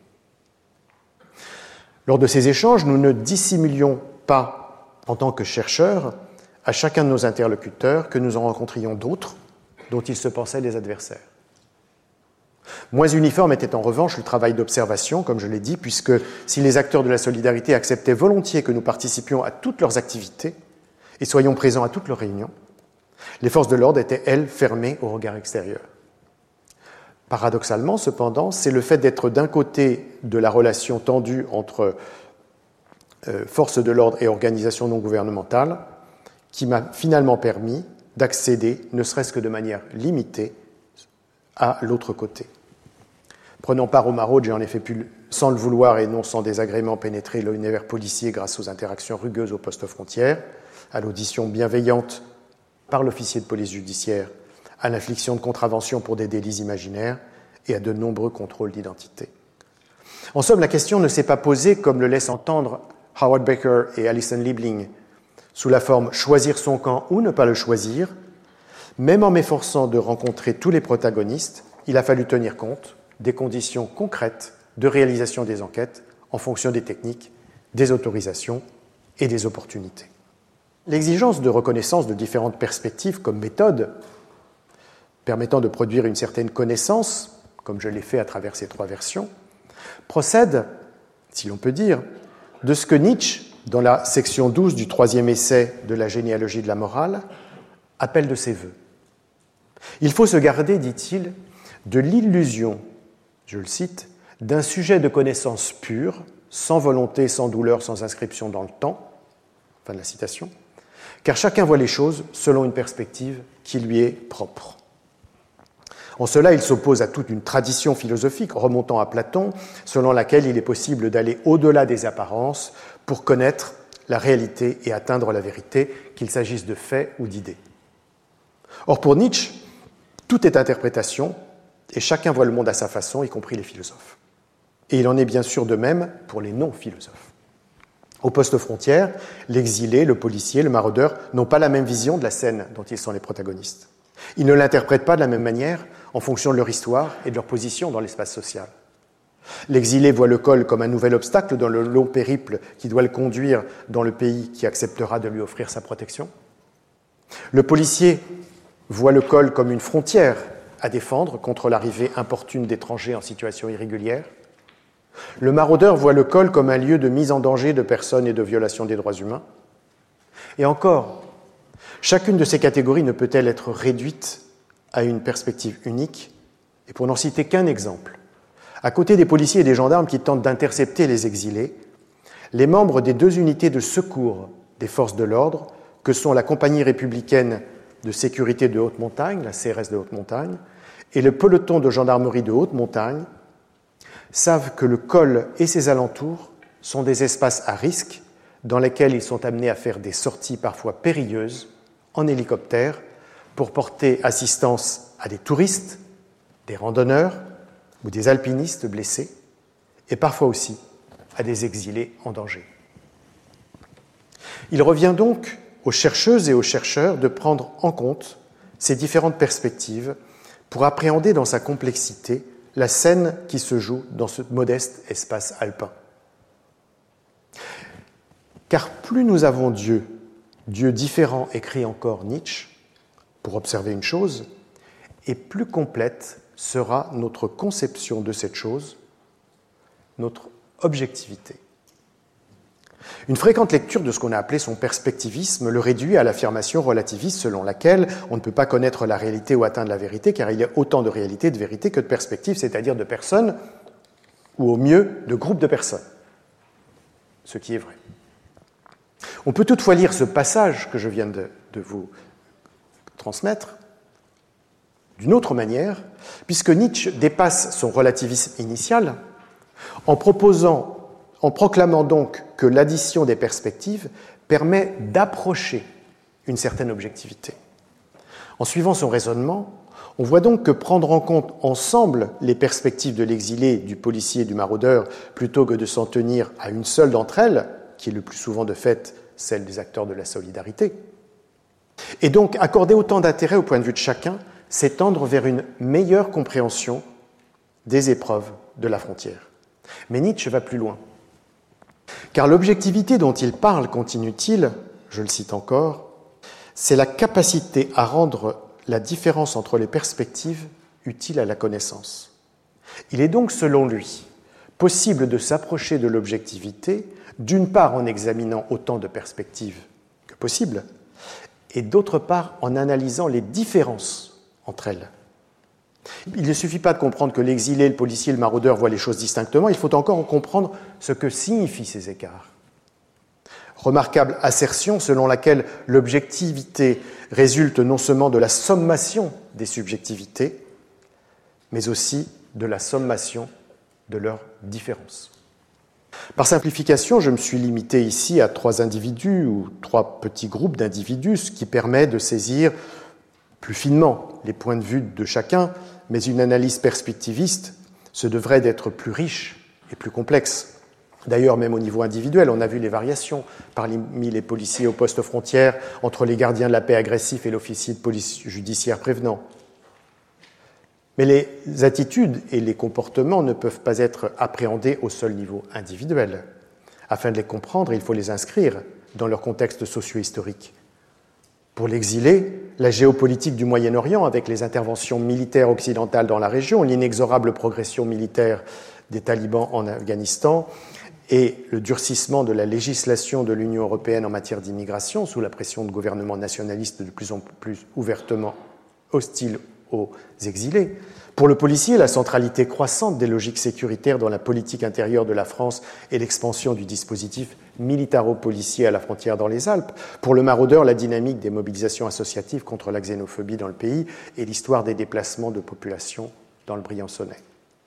Speaker 2: Lors de ces échanges, nous ne dissimulions pas, en tant que chercheurs, à chacun de nos interlocuteurs que nous en rencontrions d'autres, dont ils se pensaient des adversaires. Moins uniforme était en revanche le travail d'observation, comme je l'ai dit, puisque si les acteurs de la solidarité acceptaient volontiers que nous participions à toutes leurs activités et soyons présents à toutes leurs réunions, les forces de l'ordre étaient, elles, fermées au regard extérieur. Paradoxalement, cependant, c'est le fait d'être d'un côté de la relation tendue entre forces de l'ordre et organisations non gouvernementales qui m'a finalement permis d'accéder, ne serait-ce que de manière limitée, à l'autre côté. Prenant part aux maraudes, j'ai en effet pu, sans le vouloir et non sans désagrément, pénétrer l'univers policier grâce aux interactions rugueuses au poste frontière, à l'audition bienveillante par l'officier de police judiciaire, à l'infliction de contraventions pour des délits imaginaires et à de nombreux contrôles d'identité. En somme, la question ne s'est pas posée, comme le laissent entendre Howard Baker et Alison Liebling, sous la forme « choisir son camp ou ne pas le choisir ». Même en m'efforçant de rencontrer tous les protagonistes, il a fallu tenir compte des conditions concrètes de réalisation des enquêtes en fonction des techniques, des autorisations et des opportunités. L'exigence de reconnaissance de différentes perspectives comme méthode permettant de produire une certaine connaissance, comme je l'ai fait à travers ces 3 versions, procède, si l'on peut dire, de ce que Nietzsche, dans la section 12 du 3e essai de la généalogie de la morale, appelle de ses vœux. Il faut se garder, dit-il, de l'illusion, je le cite, d'un sujet de connaissance pure, sans volonté, sans douleur, sans inscription dans le temps, fin de la citation, car chacun voit les choses selon une perspective qui lui est propre. En cela, il s'oppose à toute une tradition philosophique remontant à Platon, selon laquelle il est possible d'aller au-delà des apparences pour connaître la réalité et atteindre la vérité, qu'il s'agisse de faits ou d'idées. Or, pour Nietzsche, tout est interprétation et chacun voit le monde à sa façon, y compris les philosophes. Et il en est bien sûr de même pour les non-philosophes. Au poste frontière, l'exilé, le policier, le maraudeur n'ont pas la même vision de la scène dont ils sont les protagonistes. Ils ne l'interprètent pas de la même manière en fonction de leur histoire et de leur position dans l'espace social. L'exilé voit le col comme un nouvel obstacle dans le long périple qui doit le conduire dans le pays qui acceptera de lui offrir sa protection. Le policier voit le col comme une frontière à défendre contre l'arrivée importune d'étrangers en situation irrégulière. Le maraudeur voit le col comme un lieu de mise en danger de personnes et de violation des droits humains. Et encore, chacune de ces catégories ne peut-elle être réduite à une perspective unique. Et pour n'en citer qu'un exemple, à côté des policiers et des gendarmes qui tentent d'intercepter les exilés, les membres des 2 unités de secours des forces de l'ordre, que sont la compagnie républicaine de sécurité de haute montagne, la CRS de haute montagne, et le peloton de gendarmerie de haute montagne, savent que le col et ses alentours sont des espaces à risque dans lesquels ils sont amenés à faire des sorties parfois périlleuses en hélicoptère pour porter assistance à des touristes, des randonneurs ou des alpinistes blessés, et parfois aussi à des exilés en danger. Il revient donc aux chercheuses et aux chercheurs de prendre en compte ces différentes perspectives pour appréhender dans sa complexité la scène qui se joue dans ce modeste espace alpin. Car plus nous avons Dieu différent, écrit encore Nietzsche, pour observer une chose, et plus complète sera notre conception de cette chose, notre objectivité. Une fréquente lecture de ce qu'on a appelé son perspectivisme le réduit à l'affirmation relativiste selon laquelle on ne peut pas connaître la réalité ou atteindre la vérité, car il y a autant de réalité et de vérité que de perspectives, c'est-à-dire de personnes, ou au mieux de groupes de personnes. Ce qui est vrai. On peut toutefois lire ce passage que je viens de vous transmettre d'une autre manière, puisque Nietzsche dépasse son relativisme initial en proclamant donc que l'addition des perspectives permet d'approcher une certaine objectivité. En suivant son raisonnement, on voit donc que prendre en compte ensemble les perspectives de l'exilé, du policier et du maraudeur, plutôt que de s'en tenir à une seule d'entre elles, qui est le plus souvent de fait celle des acteurs de la solidarité, et donc accorder autant d'intérêt au point de vue de chacun, c'est tendre vers une meilleure compréhension des épreuves de la frontière. Mais Nietzsche va plus loin. Car l'objectivité dont il parle, continue-t-il, je le cite encore, c'est la capacité à rendre la différence entre les perspectives utile à la connaissance. Il est donc, selon lui, possible de s'approcher de l'objectivité, d'une part en examinant autant de perspectives que possible, et d'autre part en analysant les différences entre elles. Il ne suffit pas de comprendre que l'exilé, le policier, le maraudeur voient les choses distinctement, il faut encore comprendre ce que signifient ces écarts. Remarquable assertion selon laquelle l'objectivité résulte non seulement de la sommation des subjectivités, mais aussi de la sommation de leurs différences. Par simplification, je me suis limité ici à 3 individus ou 3 petits groupes d'individus, ce qui permet de saisir plus finement les points de vue de chacun, mais une analyse perspectiviste se devrait d'être plus riche et plus complexe. D'ailleurs, même au niveau individuel, on a vu les variations parmi les policiers aux postes frontières, entre les gardiens de la paix agressifs et l'officier de police judiciaire prévenant. Mais les attitudes et les comportements ne peuvent pas être appréhendés au seul niveau individuel. Afin de les comprendre, il faut les inscrire dans leur contexte socio-historique. Pour l'exilé, la géopolitique du Moyen-Orient, avec les interventions militaires occidentales dans la région, l'inexorable progression militaire des talibans en Afghanistan et le durcissement de la législation de l'Union européenne en matière d'immigration sous la pression de gouvernements nationalistes de plus en plus ouvertement hostiles aux exilés. Pour le policier, la centralité croissante des logiques sécuritaires dans la politique intérieure de la France et l'expansion du dispositif militaro-policier à la frontière dans les Alpes. Pour le maraudeur, la dynamique des mobilisations associatives contre la xénophobie dans le pays et l'histoire des déplacements de population dans le Briançonnais.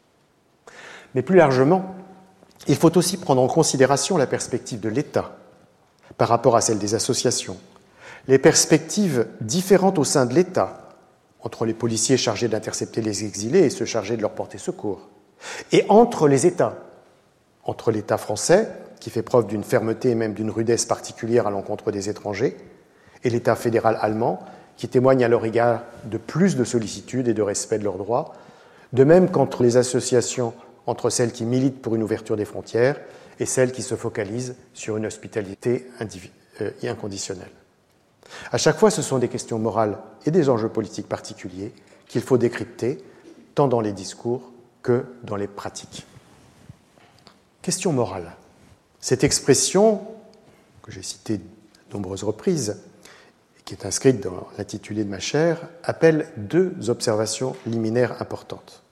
Speaker 2: Mais plus largement, il faut aussi prendre en considération la perspective de l'État par rapport à celle des associations, les perspectives différentes au sein de l'État, entre les policiers chargés d'intercepter les exilés et ceux chargés de leur porter secours, et entre les États, entre l'État français, qui fait preuve d'une fermeté et même d'une rudesse particulière à l'encontre des étrangers, et l'État fédéral allemand, qui témoigne à leur égard de plus de sollicitude et de respect de leurs droits, de même qu'entre les associations, entre celles qui militent pour une ouverture des frontières et celles qui se focalisent sur une hospitalité inconditionnelle. À chaque fois, ce sont des questions morales et des enjeux politiques particuliers qu'il faut décrypter, tant dans les discours que dans les pratiques. Question morale. Cette expression, que j'ai citée de nombreuses reprises, et qui est inscrite dans l'intitulé de ma chaire, appelle 2 observations liminaires importantes.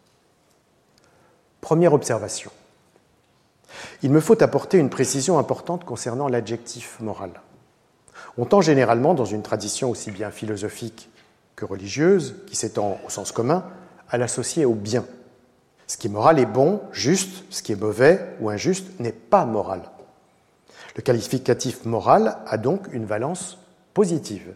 Speaker 2: Première observation. Il me faut apporter une précision importante concernant l'adjectif moral. On tend généralement, dans une tradition aussi bien philosophique que religieuse, qui s'étend au sens commun, à l'associer au bien. Ce qui est moral est bon, juste, ce qui est mauvais ou injuste n'est pas moral. Le qualificatif moral a donc une valence positive.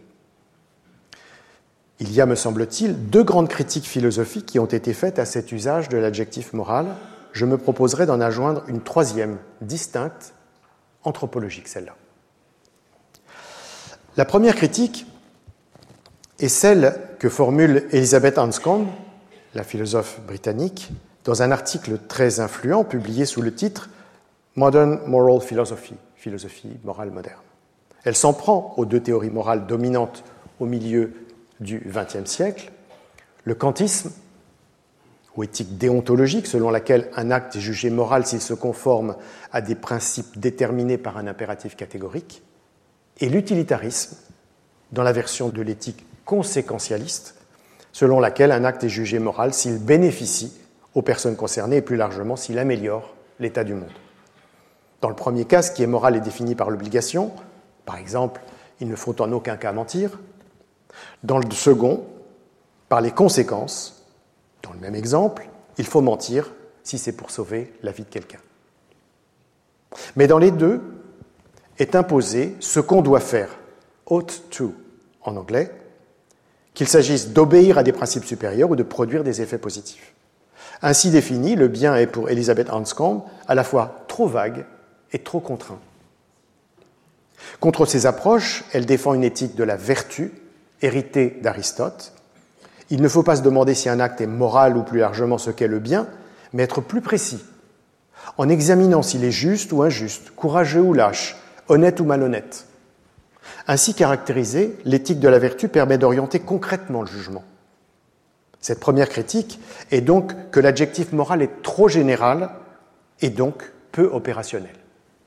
Speaker 2: Il y a, me semble-t-il, 2 grandes critiques philosophiques qui ont été faites à cet usage de l'adjectif moral. Je me proposerai d'en adjoindre une 3e, distincte, anthropologique, celle-là. La première critique est celle que formule Elizabeth Anscombe, la philosophe britannique, dans un article très influent publié sous le titre « Modern Moral Philosophy », philosophie morale moderne. Elle s'en prend aux 2 théories morales dominantes au milieu du XXe siècle, le kantisme, ou éthique déontologique, selon laquelle un acte est jugé moral s'il se conforme à des principes déterminés par un impératif catégorique, et l'utilitarisme, dans la version de l'éthique conséquentialiste, selon laquelle un acte est jugé moral s'il bénéficie aux personnes concernées et plus largement s'il améliore l'état du monde. Dans le premier cas, ce qui est moral est défini par l'obligation. Par exemple, il ne faut en aucun cas mentir. Dans le second, par les conséquences. Dans le même exemple, il faut mentir si c'est pour sauver la vie de quelqu'un. Mais dans les 2, est imposé ce qu'on doit faire, ought to en anglais, qu'il s'agisse d'obéir à des principes supérieurs ou de produire des effets positifs. Ainsi défini, le bien est pour Elizabeth Anscombe à la fois trop vague et trop contraint. Contre ces approches, elle défend une éthique de la vertu, héritée d'Aristote. Il ne faut pas se demander si un acte est moral ou plus largement ce qu'est le bien, mais être plus précis, en examinant s'il est juste ou injuste, courageux ou lâche, honnête ou malhonnête. Ainsi caractérisée, l'éthique de la vertu permet d'orienter concrètement le jugement. Cette première critique est donc que l'adjectif moral est trop général et donc peu opérationnel.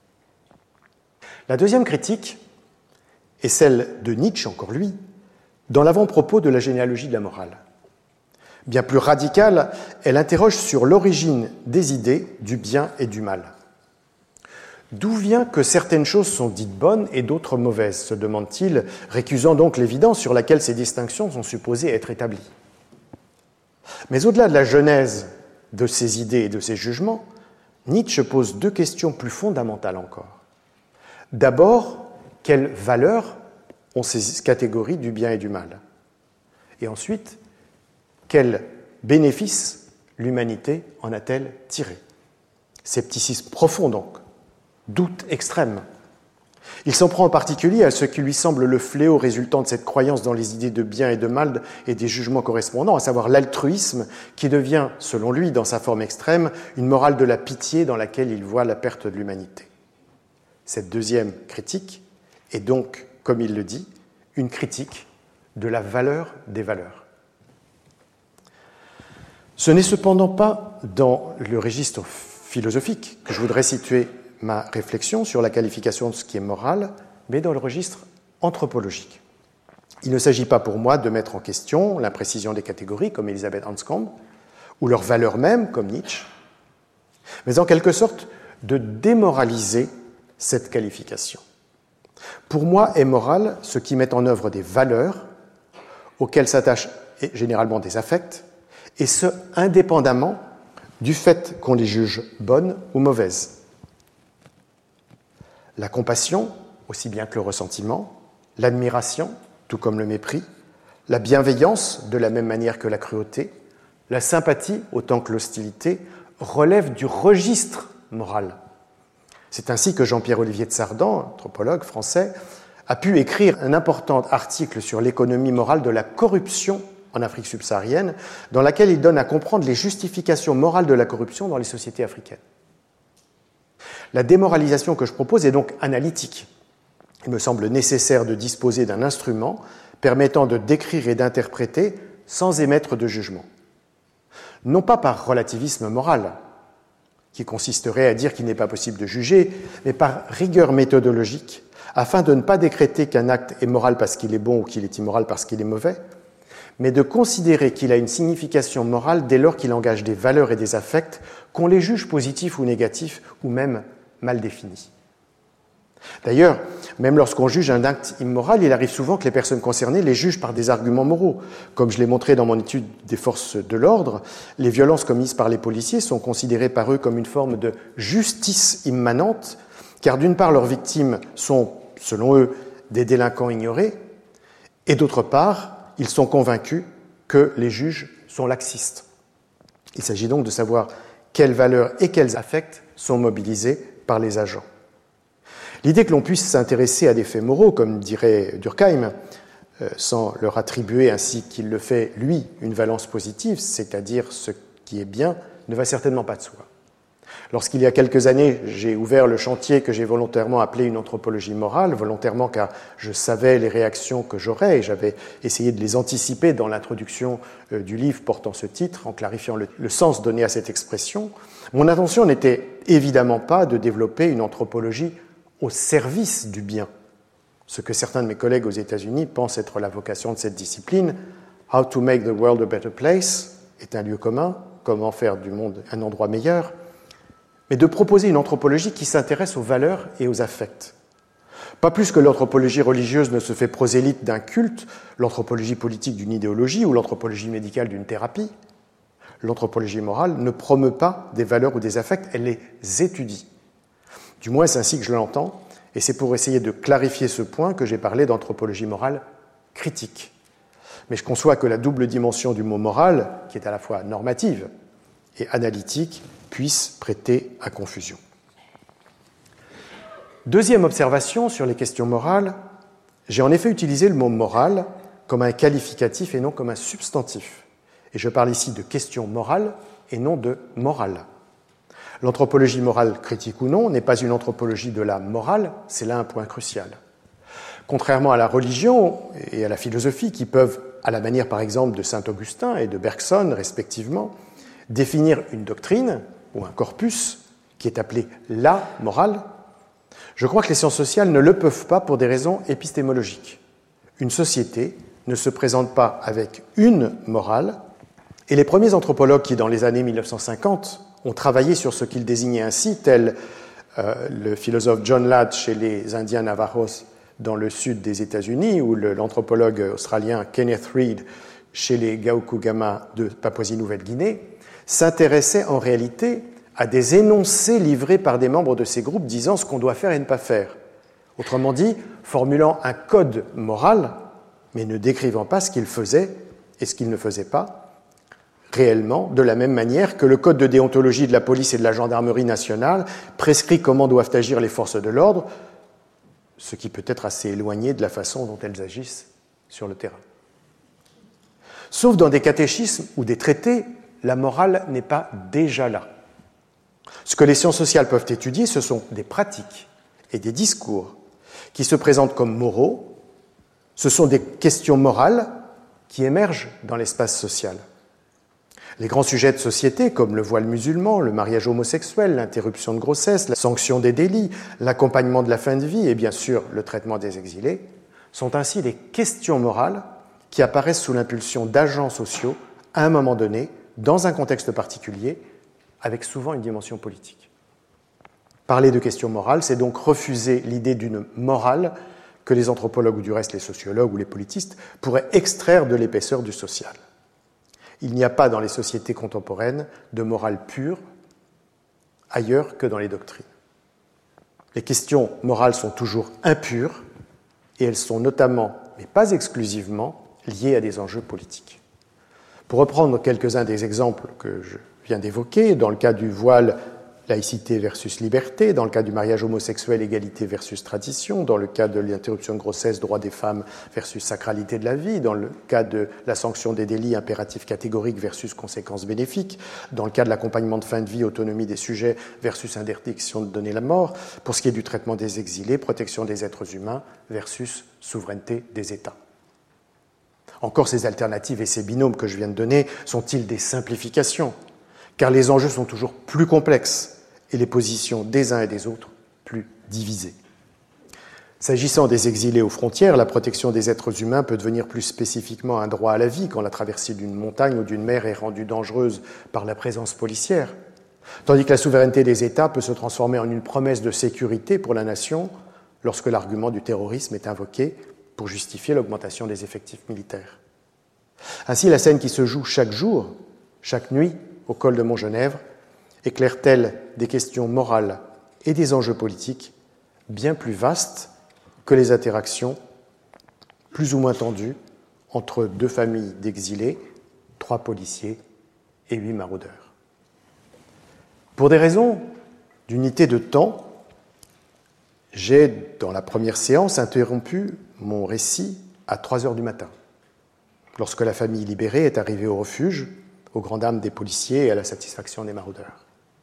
Speaker 2: La deuxième critique est celle de Nietzsche, encore lui, dans l'avant-propos de la généalogie de la morale. Bien plus radicale, elle interroge sur l'origine des idées du bien et du mal. D'où vient que certaines choses sont dites bonnes et d'autres mauvaises, se demande-t-il, récusant donc l'évidence sur laquelle ces distinctions sont supposées être établies. Mais au-delà de la genèse de ces idées et de ces jugements, Nietzsche pose deux questions plus fondamentales encore. D'abord, quelle valeur ont ces catégories du bien et du mal? Et ensuite, quel bénéfice l'humanité en a-t-elle tiré? Scepticisme profond donc, doute extrême. Il s'en prend en particulier à ce qui lui semble le fléau résultant de cette croyance dans les idées de bien et de mal et des jugements correspondants, à savoir l'altruisme, qui devient, selon lui, dans sa forme extrême, une morale de la pitié dans laquelle il voit la perte de l'humanité. Cette deuxième critique est donc, comme il le dit, une critique de la valeur des valeurs. Ce n'est cependant pas dans le registre philosophique que je voudrais situer ma réflexion sur la qualification de ce qui est moral, mais dans le registre anthropologique. Il ne s'agit pas pour moi de mettre en question l'imprécision des catégories, comme Elisabeth Anscombe, ou leur valeur même, comme Nietzsche, mais en quelque sorte de démoraliser cette qualification. Pour moi, est moral ce qui met en œuvre des valeurs auxquelles s'attachent généralement des affects, et ce, indépendamment du fait qu'on les juge bonnes ou mauvaises. La compassion, aussi bien que le ressentiment, l'admiration, tout comme le mépris, la bienveillance, de la même manière que la cruauté, la sympathie, autant que l'hostilité, relèvent du registre moral. C'est ainsi que Jean-Pierre-Olivier de Sardan, anthropologue français, a pu écrire un important article sur l'économie morale de la corruption en Afrique subsaharienne, dans laquelle il donne à comprendre les justifications morales de la corruption dans les sociétés africaines. La démoralisation que je propose est donc analytique. Il me semble nécessaire de disposer d'un instrument permettant de décrire et d'interpréter sans émettre de jugement. Non pas par relativisme moral, qui consisterait à dire qu'il n'est pas possible de juger, mais par rigueur méthodologique, afin de ne pas décréter qu'un acte est moral parce qu'il est bon ou qu'il est immoral parce qu'il est mauvais, mais de considérer qu'il a une signification morale dès lors qu'il engage des valeurs et des affects, qu'on les juge positifs ou négatifs, ou même mal définis. D'ailleurs, même lorsqu'on juge un acte immoral, il arrive souvent que les personnes concernées les jugent par des arguments moraux. Comme je l'ai montré dans mon étude des forces de l'ordre, les violences commises par les policiers sont considérées par eux comme une forme de justice immanente, car d'une part, leurs victimes sont, selon eux, des délinquants ignorés, et d'autre part, ils sont convaincus que les juges sont laxistes. Il s'agit donc de savoir quelles valeurs et quels affects sont mobilisés par les agents. L'idée que l'on puisse s'intéresser à des faits moraux, comme dirait Durkheim, sans leur attribuer, ainsi qu'il le fait, lui, une valence positive, c'est-à-dire ce qui est bien, ne va certainement pas de soi. Lorsqu'il y a quelques années, j'ai ouvert le chantier que j'ai volontairement appelé une anthropologie morale, volontairement car je savais les réactions que j'aurais et j'avais essayé de les anticiper dans l'introduction du livre portant ce titre, en clarifiant le sens donné à cette expression, mon intention n'était évidemment pas de développer une anthropologie au service du bien, ce que certains de mes collègues aux États-Unis pensent être la vocation de cette discipline. How to make the world a better place est un lieu commun, comment faire du monde un endroit meilleur, mais de proposer une anthropologie qui s'intéresse aux valeurs et aux affects. Pas plus que l'anthropologie religieuse ne se fait prosélyte d'un culte, l'anthropologie politique d'une idéologie ou l'anthropologie médicale d'une thérapie. L'anthropologie morale ne promeut pas des valeurs ou des affects, elle les étudie. Du moins, c'est ainsi que je l'entends, et c'est pour essayer de clarifier ce point que j'ai parlé d'anthropologie morale critique. Mais je conçois que la double dimension du mot moral, qui est à la fois normative et analytique, puisse prêter à confusion. Deuxième observation sur les questions morales, j'ai en effet utilisé le mot moral comme un qualificatif et non comme un substantif. Et je parle ici de questions morales et non de morale. L'anthropologie morale, critique ou non, n'est pas une anthropologie de la morale, c'est là un point crucial. Contrairement à la religion et à la philosophie qui peuvent, à la manière par exemple de saint Augustin et de Bergson respectivement, définir une doctrine ou un corpus qui est appelé la morale, je crois que les sciences sociales ne le peuvent pas pour des raisons épistémologiques. Une société ne se présente pas avec une morale, Et les premiers anthropologues qui, dans les années 1950, ont travaillé sur ce qu'ils désignaient ainsi, tels le philosophe John Ladd chez les Indiens Navajos dans le sud des États-Unis, ou l'anthropologue australien Kenneth Reed chez les Gaukugama de Papouasie-Nouvelle-Guinée, s'intéressaient en réalité à des énoncés livrés par des membres de ces groupes disant ce qu'on doit faire et ne pas faire. Autrement dit, formulant un code moral, mais ne décrivant pas ce qu'ils faisaient et ce qu'ils ne faisaient pas, réellement, de la même manière que le code de déontologie de la police et de la gendarmerie nationale prescrit comment doivent agir les forces de l'ordre, ce qui peut être assez éloigné de la façon dont elles agissent sur le terrain. Sauf dans des catéchismes ou des traités, la morale n'est pas déjà là. Ce que les sciences sociales peuvent étudier, ce sont des pratiques et des discours qui se présentent comme moraux. Ce sont des questions morales qui émergent dans l'espace social. Les grands sujets de société, comme le voile musulman, le mariage homosexuel, l'interruption de grossesse, la sanction des délits, l'accompagnement de la fin de vie et bien sûr le traitement des exilés, sont ainsi des questions morales qui apparaissent sous l'impulsion d'agents sociaux à un moment donné, dans un contexte particulier, avec souvent une dimension politique. Parler de questions morales, c'est donc refuser l'idée d'une morale que les anthropologues ou du reste les sociologues ou les politistes pourraient extraire de l'épaisseur du social. Il n'y a pas dans les sociétés contemporaines de morale pure ailleurs que dans les doctrines. Les questions morales sont toujours impures et elles sont notamment, mais pas exclusivement, liées à des enjeux politiques. Pour reprendre quelques-uns des exemples que je viens d'évoquer, dans le cas du voile, laïcité versus liberté, dans le cas du mariage homosexuel, égalité versus tradition, dans le cas de l'interruption de grossesse, droit des femmes versus sacralité de la vie, dans le cas de la sanction des délits, impératif catégorique versus conséquences bénéfiques, dans le cas de l'accompagnement de fin de vie, autonomie des sujets versus interdiction de donner la mort, pour ce qui est du traitement des exilés, protection des êtres humains versus souveraineté des États. Encore ces alternatives et ces binômes que je viens de donner sont-ils des simplifications ? Car les enjeux sont toujours plus complexes et les positions des uns et des autres plus divisées. S'agissant des exilés aux frontières, la protection des êtres humains peut devenir plus spécifiquement un droit à la vie quand la traversée d'une montagne ou d'une mer est rendue dangereuse par la présence policière, tandis que la souveraineté des États peut se transformer en une promesse de sécurité pour la nation lorsque l'argument du terrorisme est invoqué pour justifier l'augmentation des effectifs militaires. Ainsi, la scène qui se joue chaque jour, chaque nuit, au col de Montgenèvre, éclaire-t-elle des questions morales et des enjeux politiques bien plus vastes que les interactions plus ou moins tendues entre deux familles d'exilés, 3 policiers et 8 maraudeurs. Pour des raisons d'unité de temps, j'ai, dans la première séance, interrompu mon récit à 3 heures du matin, lorsque la famille libérée est arrivée au refuge, aux grandes dames des policiers et à la satisfaction des maraudeurs.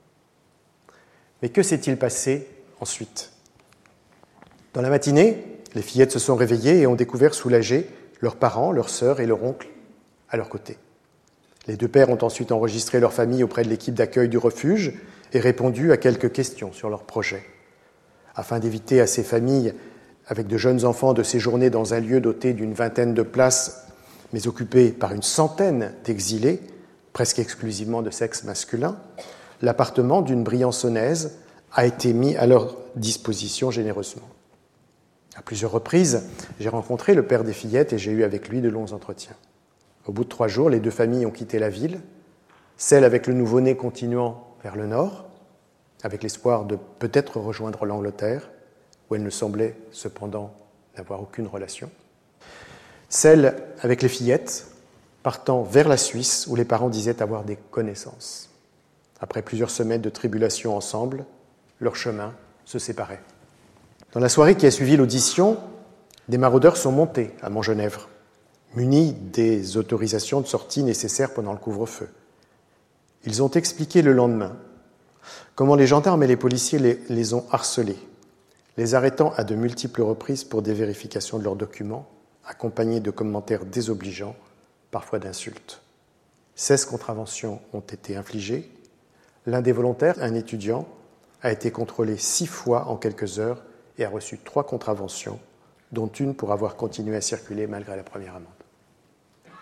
Speaker 2: Mais que s'est-il passé ensuite ? Dans la matinée, les fillettes se sont réveillées et ont découvert soulagés leurs parents, leurs sœurs et leur oncle à leur côté. Les 2 pères ont ensuite enregistré leur famille auprès de l'équipe d'accueil du refuge et répondu à quelques questions sur leur projet. Afin d'éviter à ces familles avec de jeunes enfants de séjourner dans un lieu doté d'une 20aine de places, mais occupé par une 100aine d'exilés, presque exclusivement de sexe masculin, l'appartement d'une briançonnaise a été mis à leur disposition généreusement. À plusieurs reprises, j'ai rencontré le père des fillettes et j'ai eu avec lui de longs entretiens. Au bout de 3 jours, les 2 familles ont quitté la ville, celle avec le nouveau-né continuant vers le nord, avec l'espoir de peut-être rejoindre l'Angleterre, où elle ne semblait cependant n'avoir aucune relation, celle avec les fillettes, partant vers la Suisse, où les parents disaient avoir des connaissances. Après plusieurs semaines de tribulation ensemble, leur chemin se séparait. Dans la soirée qui a suivi l'audition, des maraudeurs sont montés à Montgenèvre, munis des autorisations de sortie nécessaires pendant le couvre-feu. Ils ont expliqué le lendemain comment les gendarmes et les policiers les ont harcelés, les arrêtant à de multiples reprises pour des vérifications de leurs documents, accompagnés de commentaires désobligeants, parfois d'insultes. 16 contraventions ont été infligées. L'un des volontaires, un étudiant, a été contrôlé 6 fois en quelques heures et a reçu 3 contraventions, dont une pour avoir continué à circuler malgré la première amende.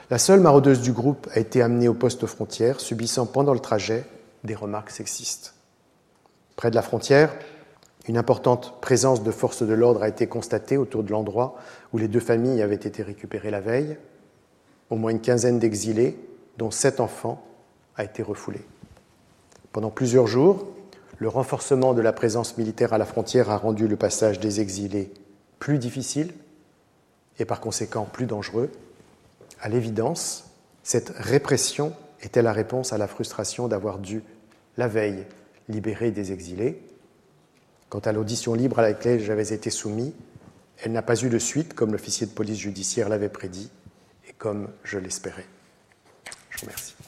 Speaker 2: La seule maraudeuse du groupe a été amenée au poste frontière, subissant pendant le trajet des remarques sexistes. Près de la frontière, une importante présence de forces de l'ordre a été constatée autour de l'endroit où les 2 familles avaient été récupérées la veille. Au moins une quinzaine d'exilés, dont 7 enfants, a été refoulée. Pendant plusieurs jours, le renforcement de la présence militaire à la frontière a rendu le passage des exilés plus difficile et par conséquent plus dangereux. À l'évidence, cette répression était la réponse à la frustration d'avoir dû, la veille, libérer des exilés. Quant à l'audition libre à laquelle j'avais été soumis, elle n'a pas eu de suite, comme l'officier de police judiciaire l'avait prédit et comme je l'espérais. Je vous remercie.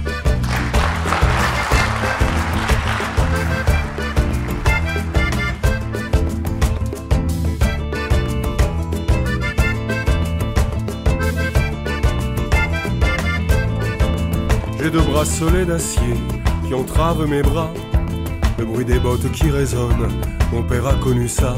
Speaker 3: J'ai 2 bracelets d'acier qui entravent mes bras, le bruit des bottes qui résonnent, mon père a connu ça.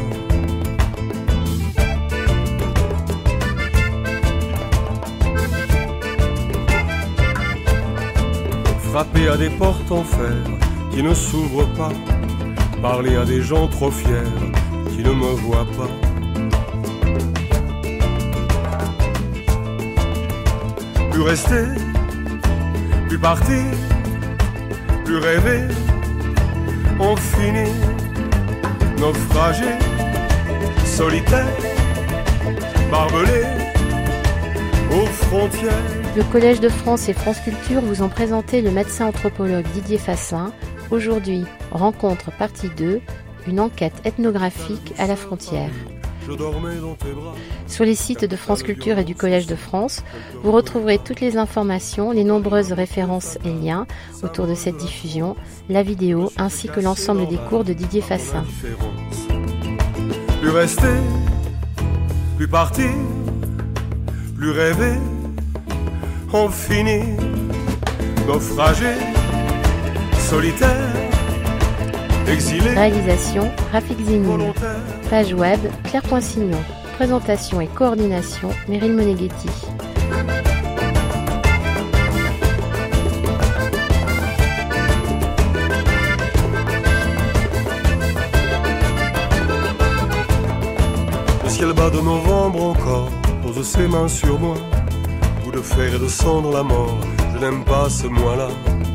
Speaker 3: Frapper à des portes en fer qui ne s'ouvrent pas, parler à des gens trop fiers qui ne me voient pas. Plus rester, plus partir, plus rêver, on finit naufragé, solitaire, barbelé aux frontières.
Speaker 1: Le Collège de France et France Culture vous ont présenté le médecin anthropologue Didier Fassin. Aujourd'hui, rencontre partie 2, une enquête ethnographique à la frontière. Sur les sites de France Culture et du Collège de France, vous retrouverez toutes les informations, les nombreuses références et liens autour de cette diffusion, la vidéo ainsi que l'ensemble des cours de Didier Fassin.
Speaker 3: Plus rester, plus partir, plus rêver, on finit naufragé, solitaire, exilé.
Speaker 1: Réalisation, Rafik Zénine. Page web, Claire.Signon. Présentation et coordination, Meryl Moneghetti.
Speaker 3: Le ciel bas de novembre encore pose ses mains sur moi. Goût de fer et de cendre la mort, je n'aime pas ce mois-là.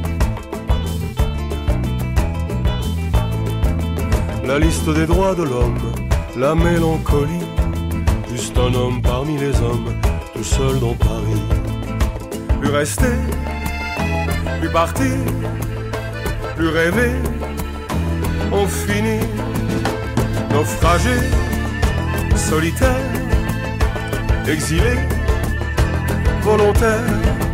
Speaker 3: La liste des droits de l'homme, la mélancolie, juste un homme parmi les hommes, tout seul dans Paris. Plus rester, plus partir, plus rêver, on finit naufragé, solitaire, exilé, volontaire.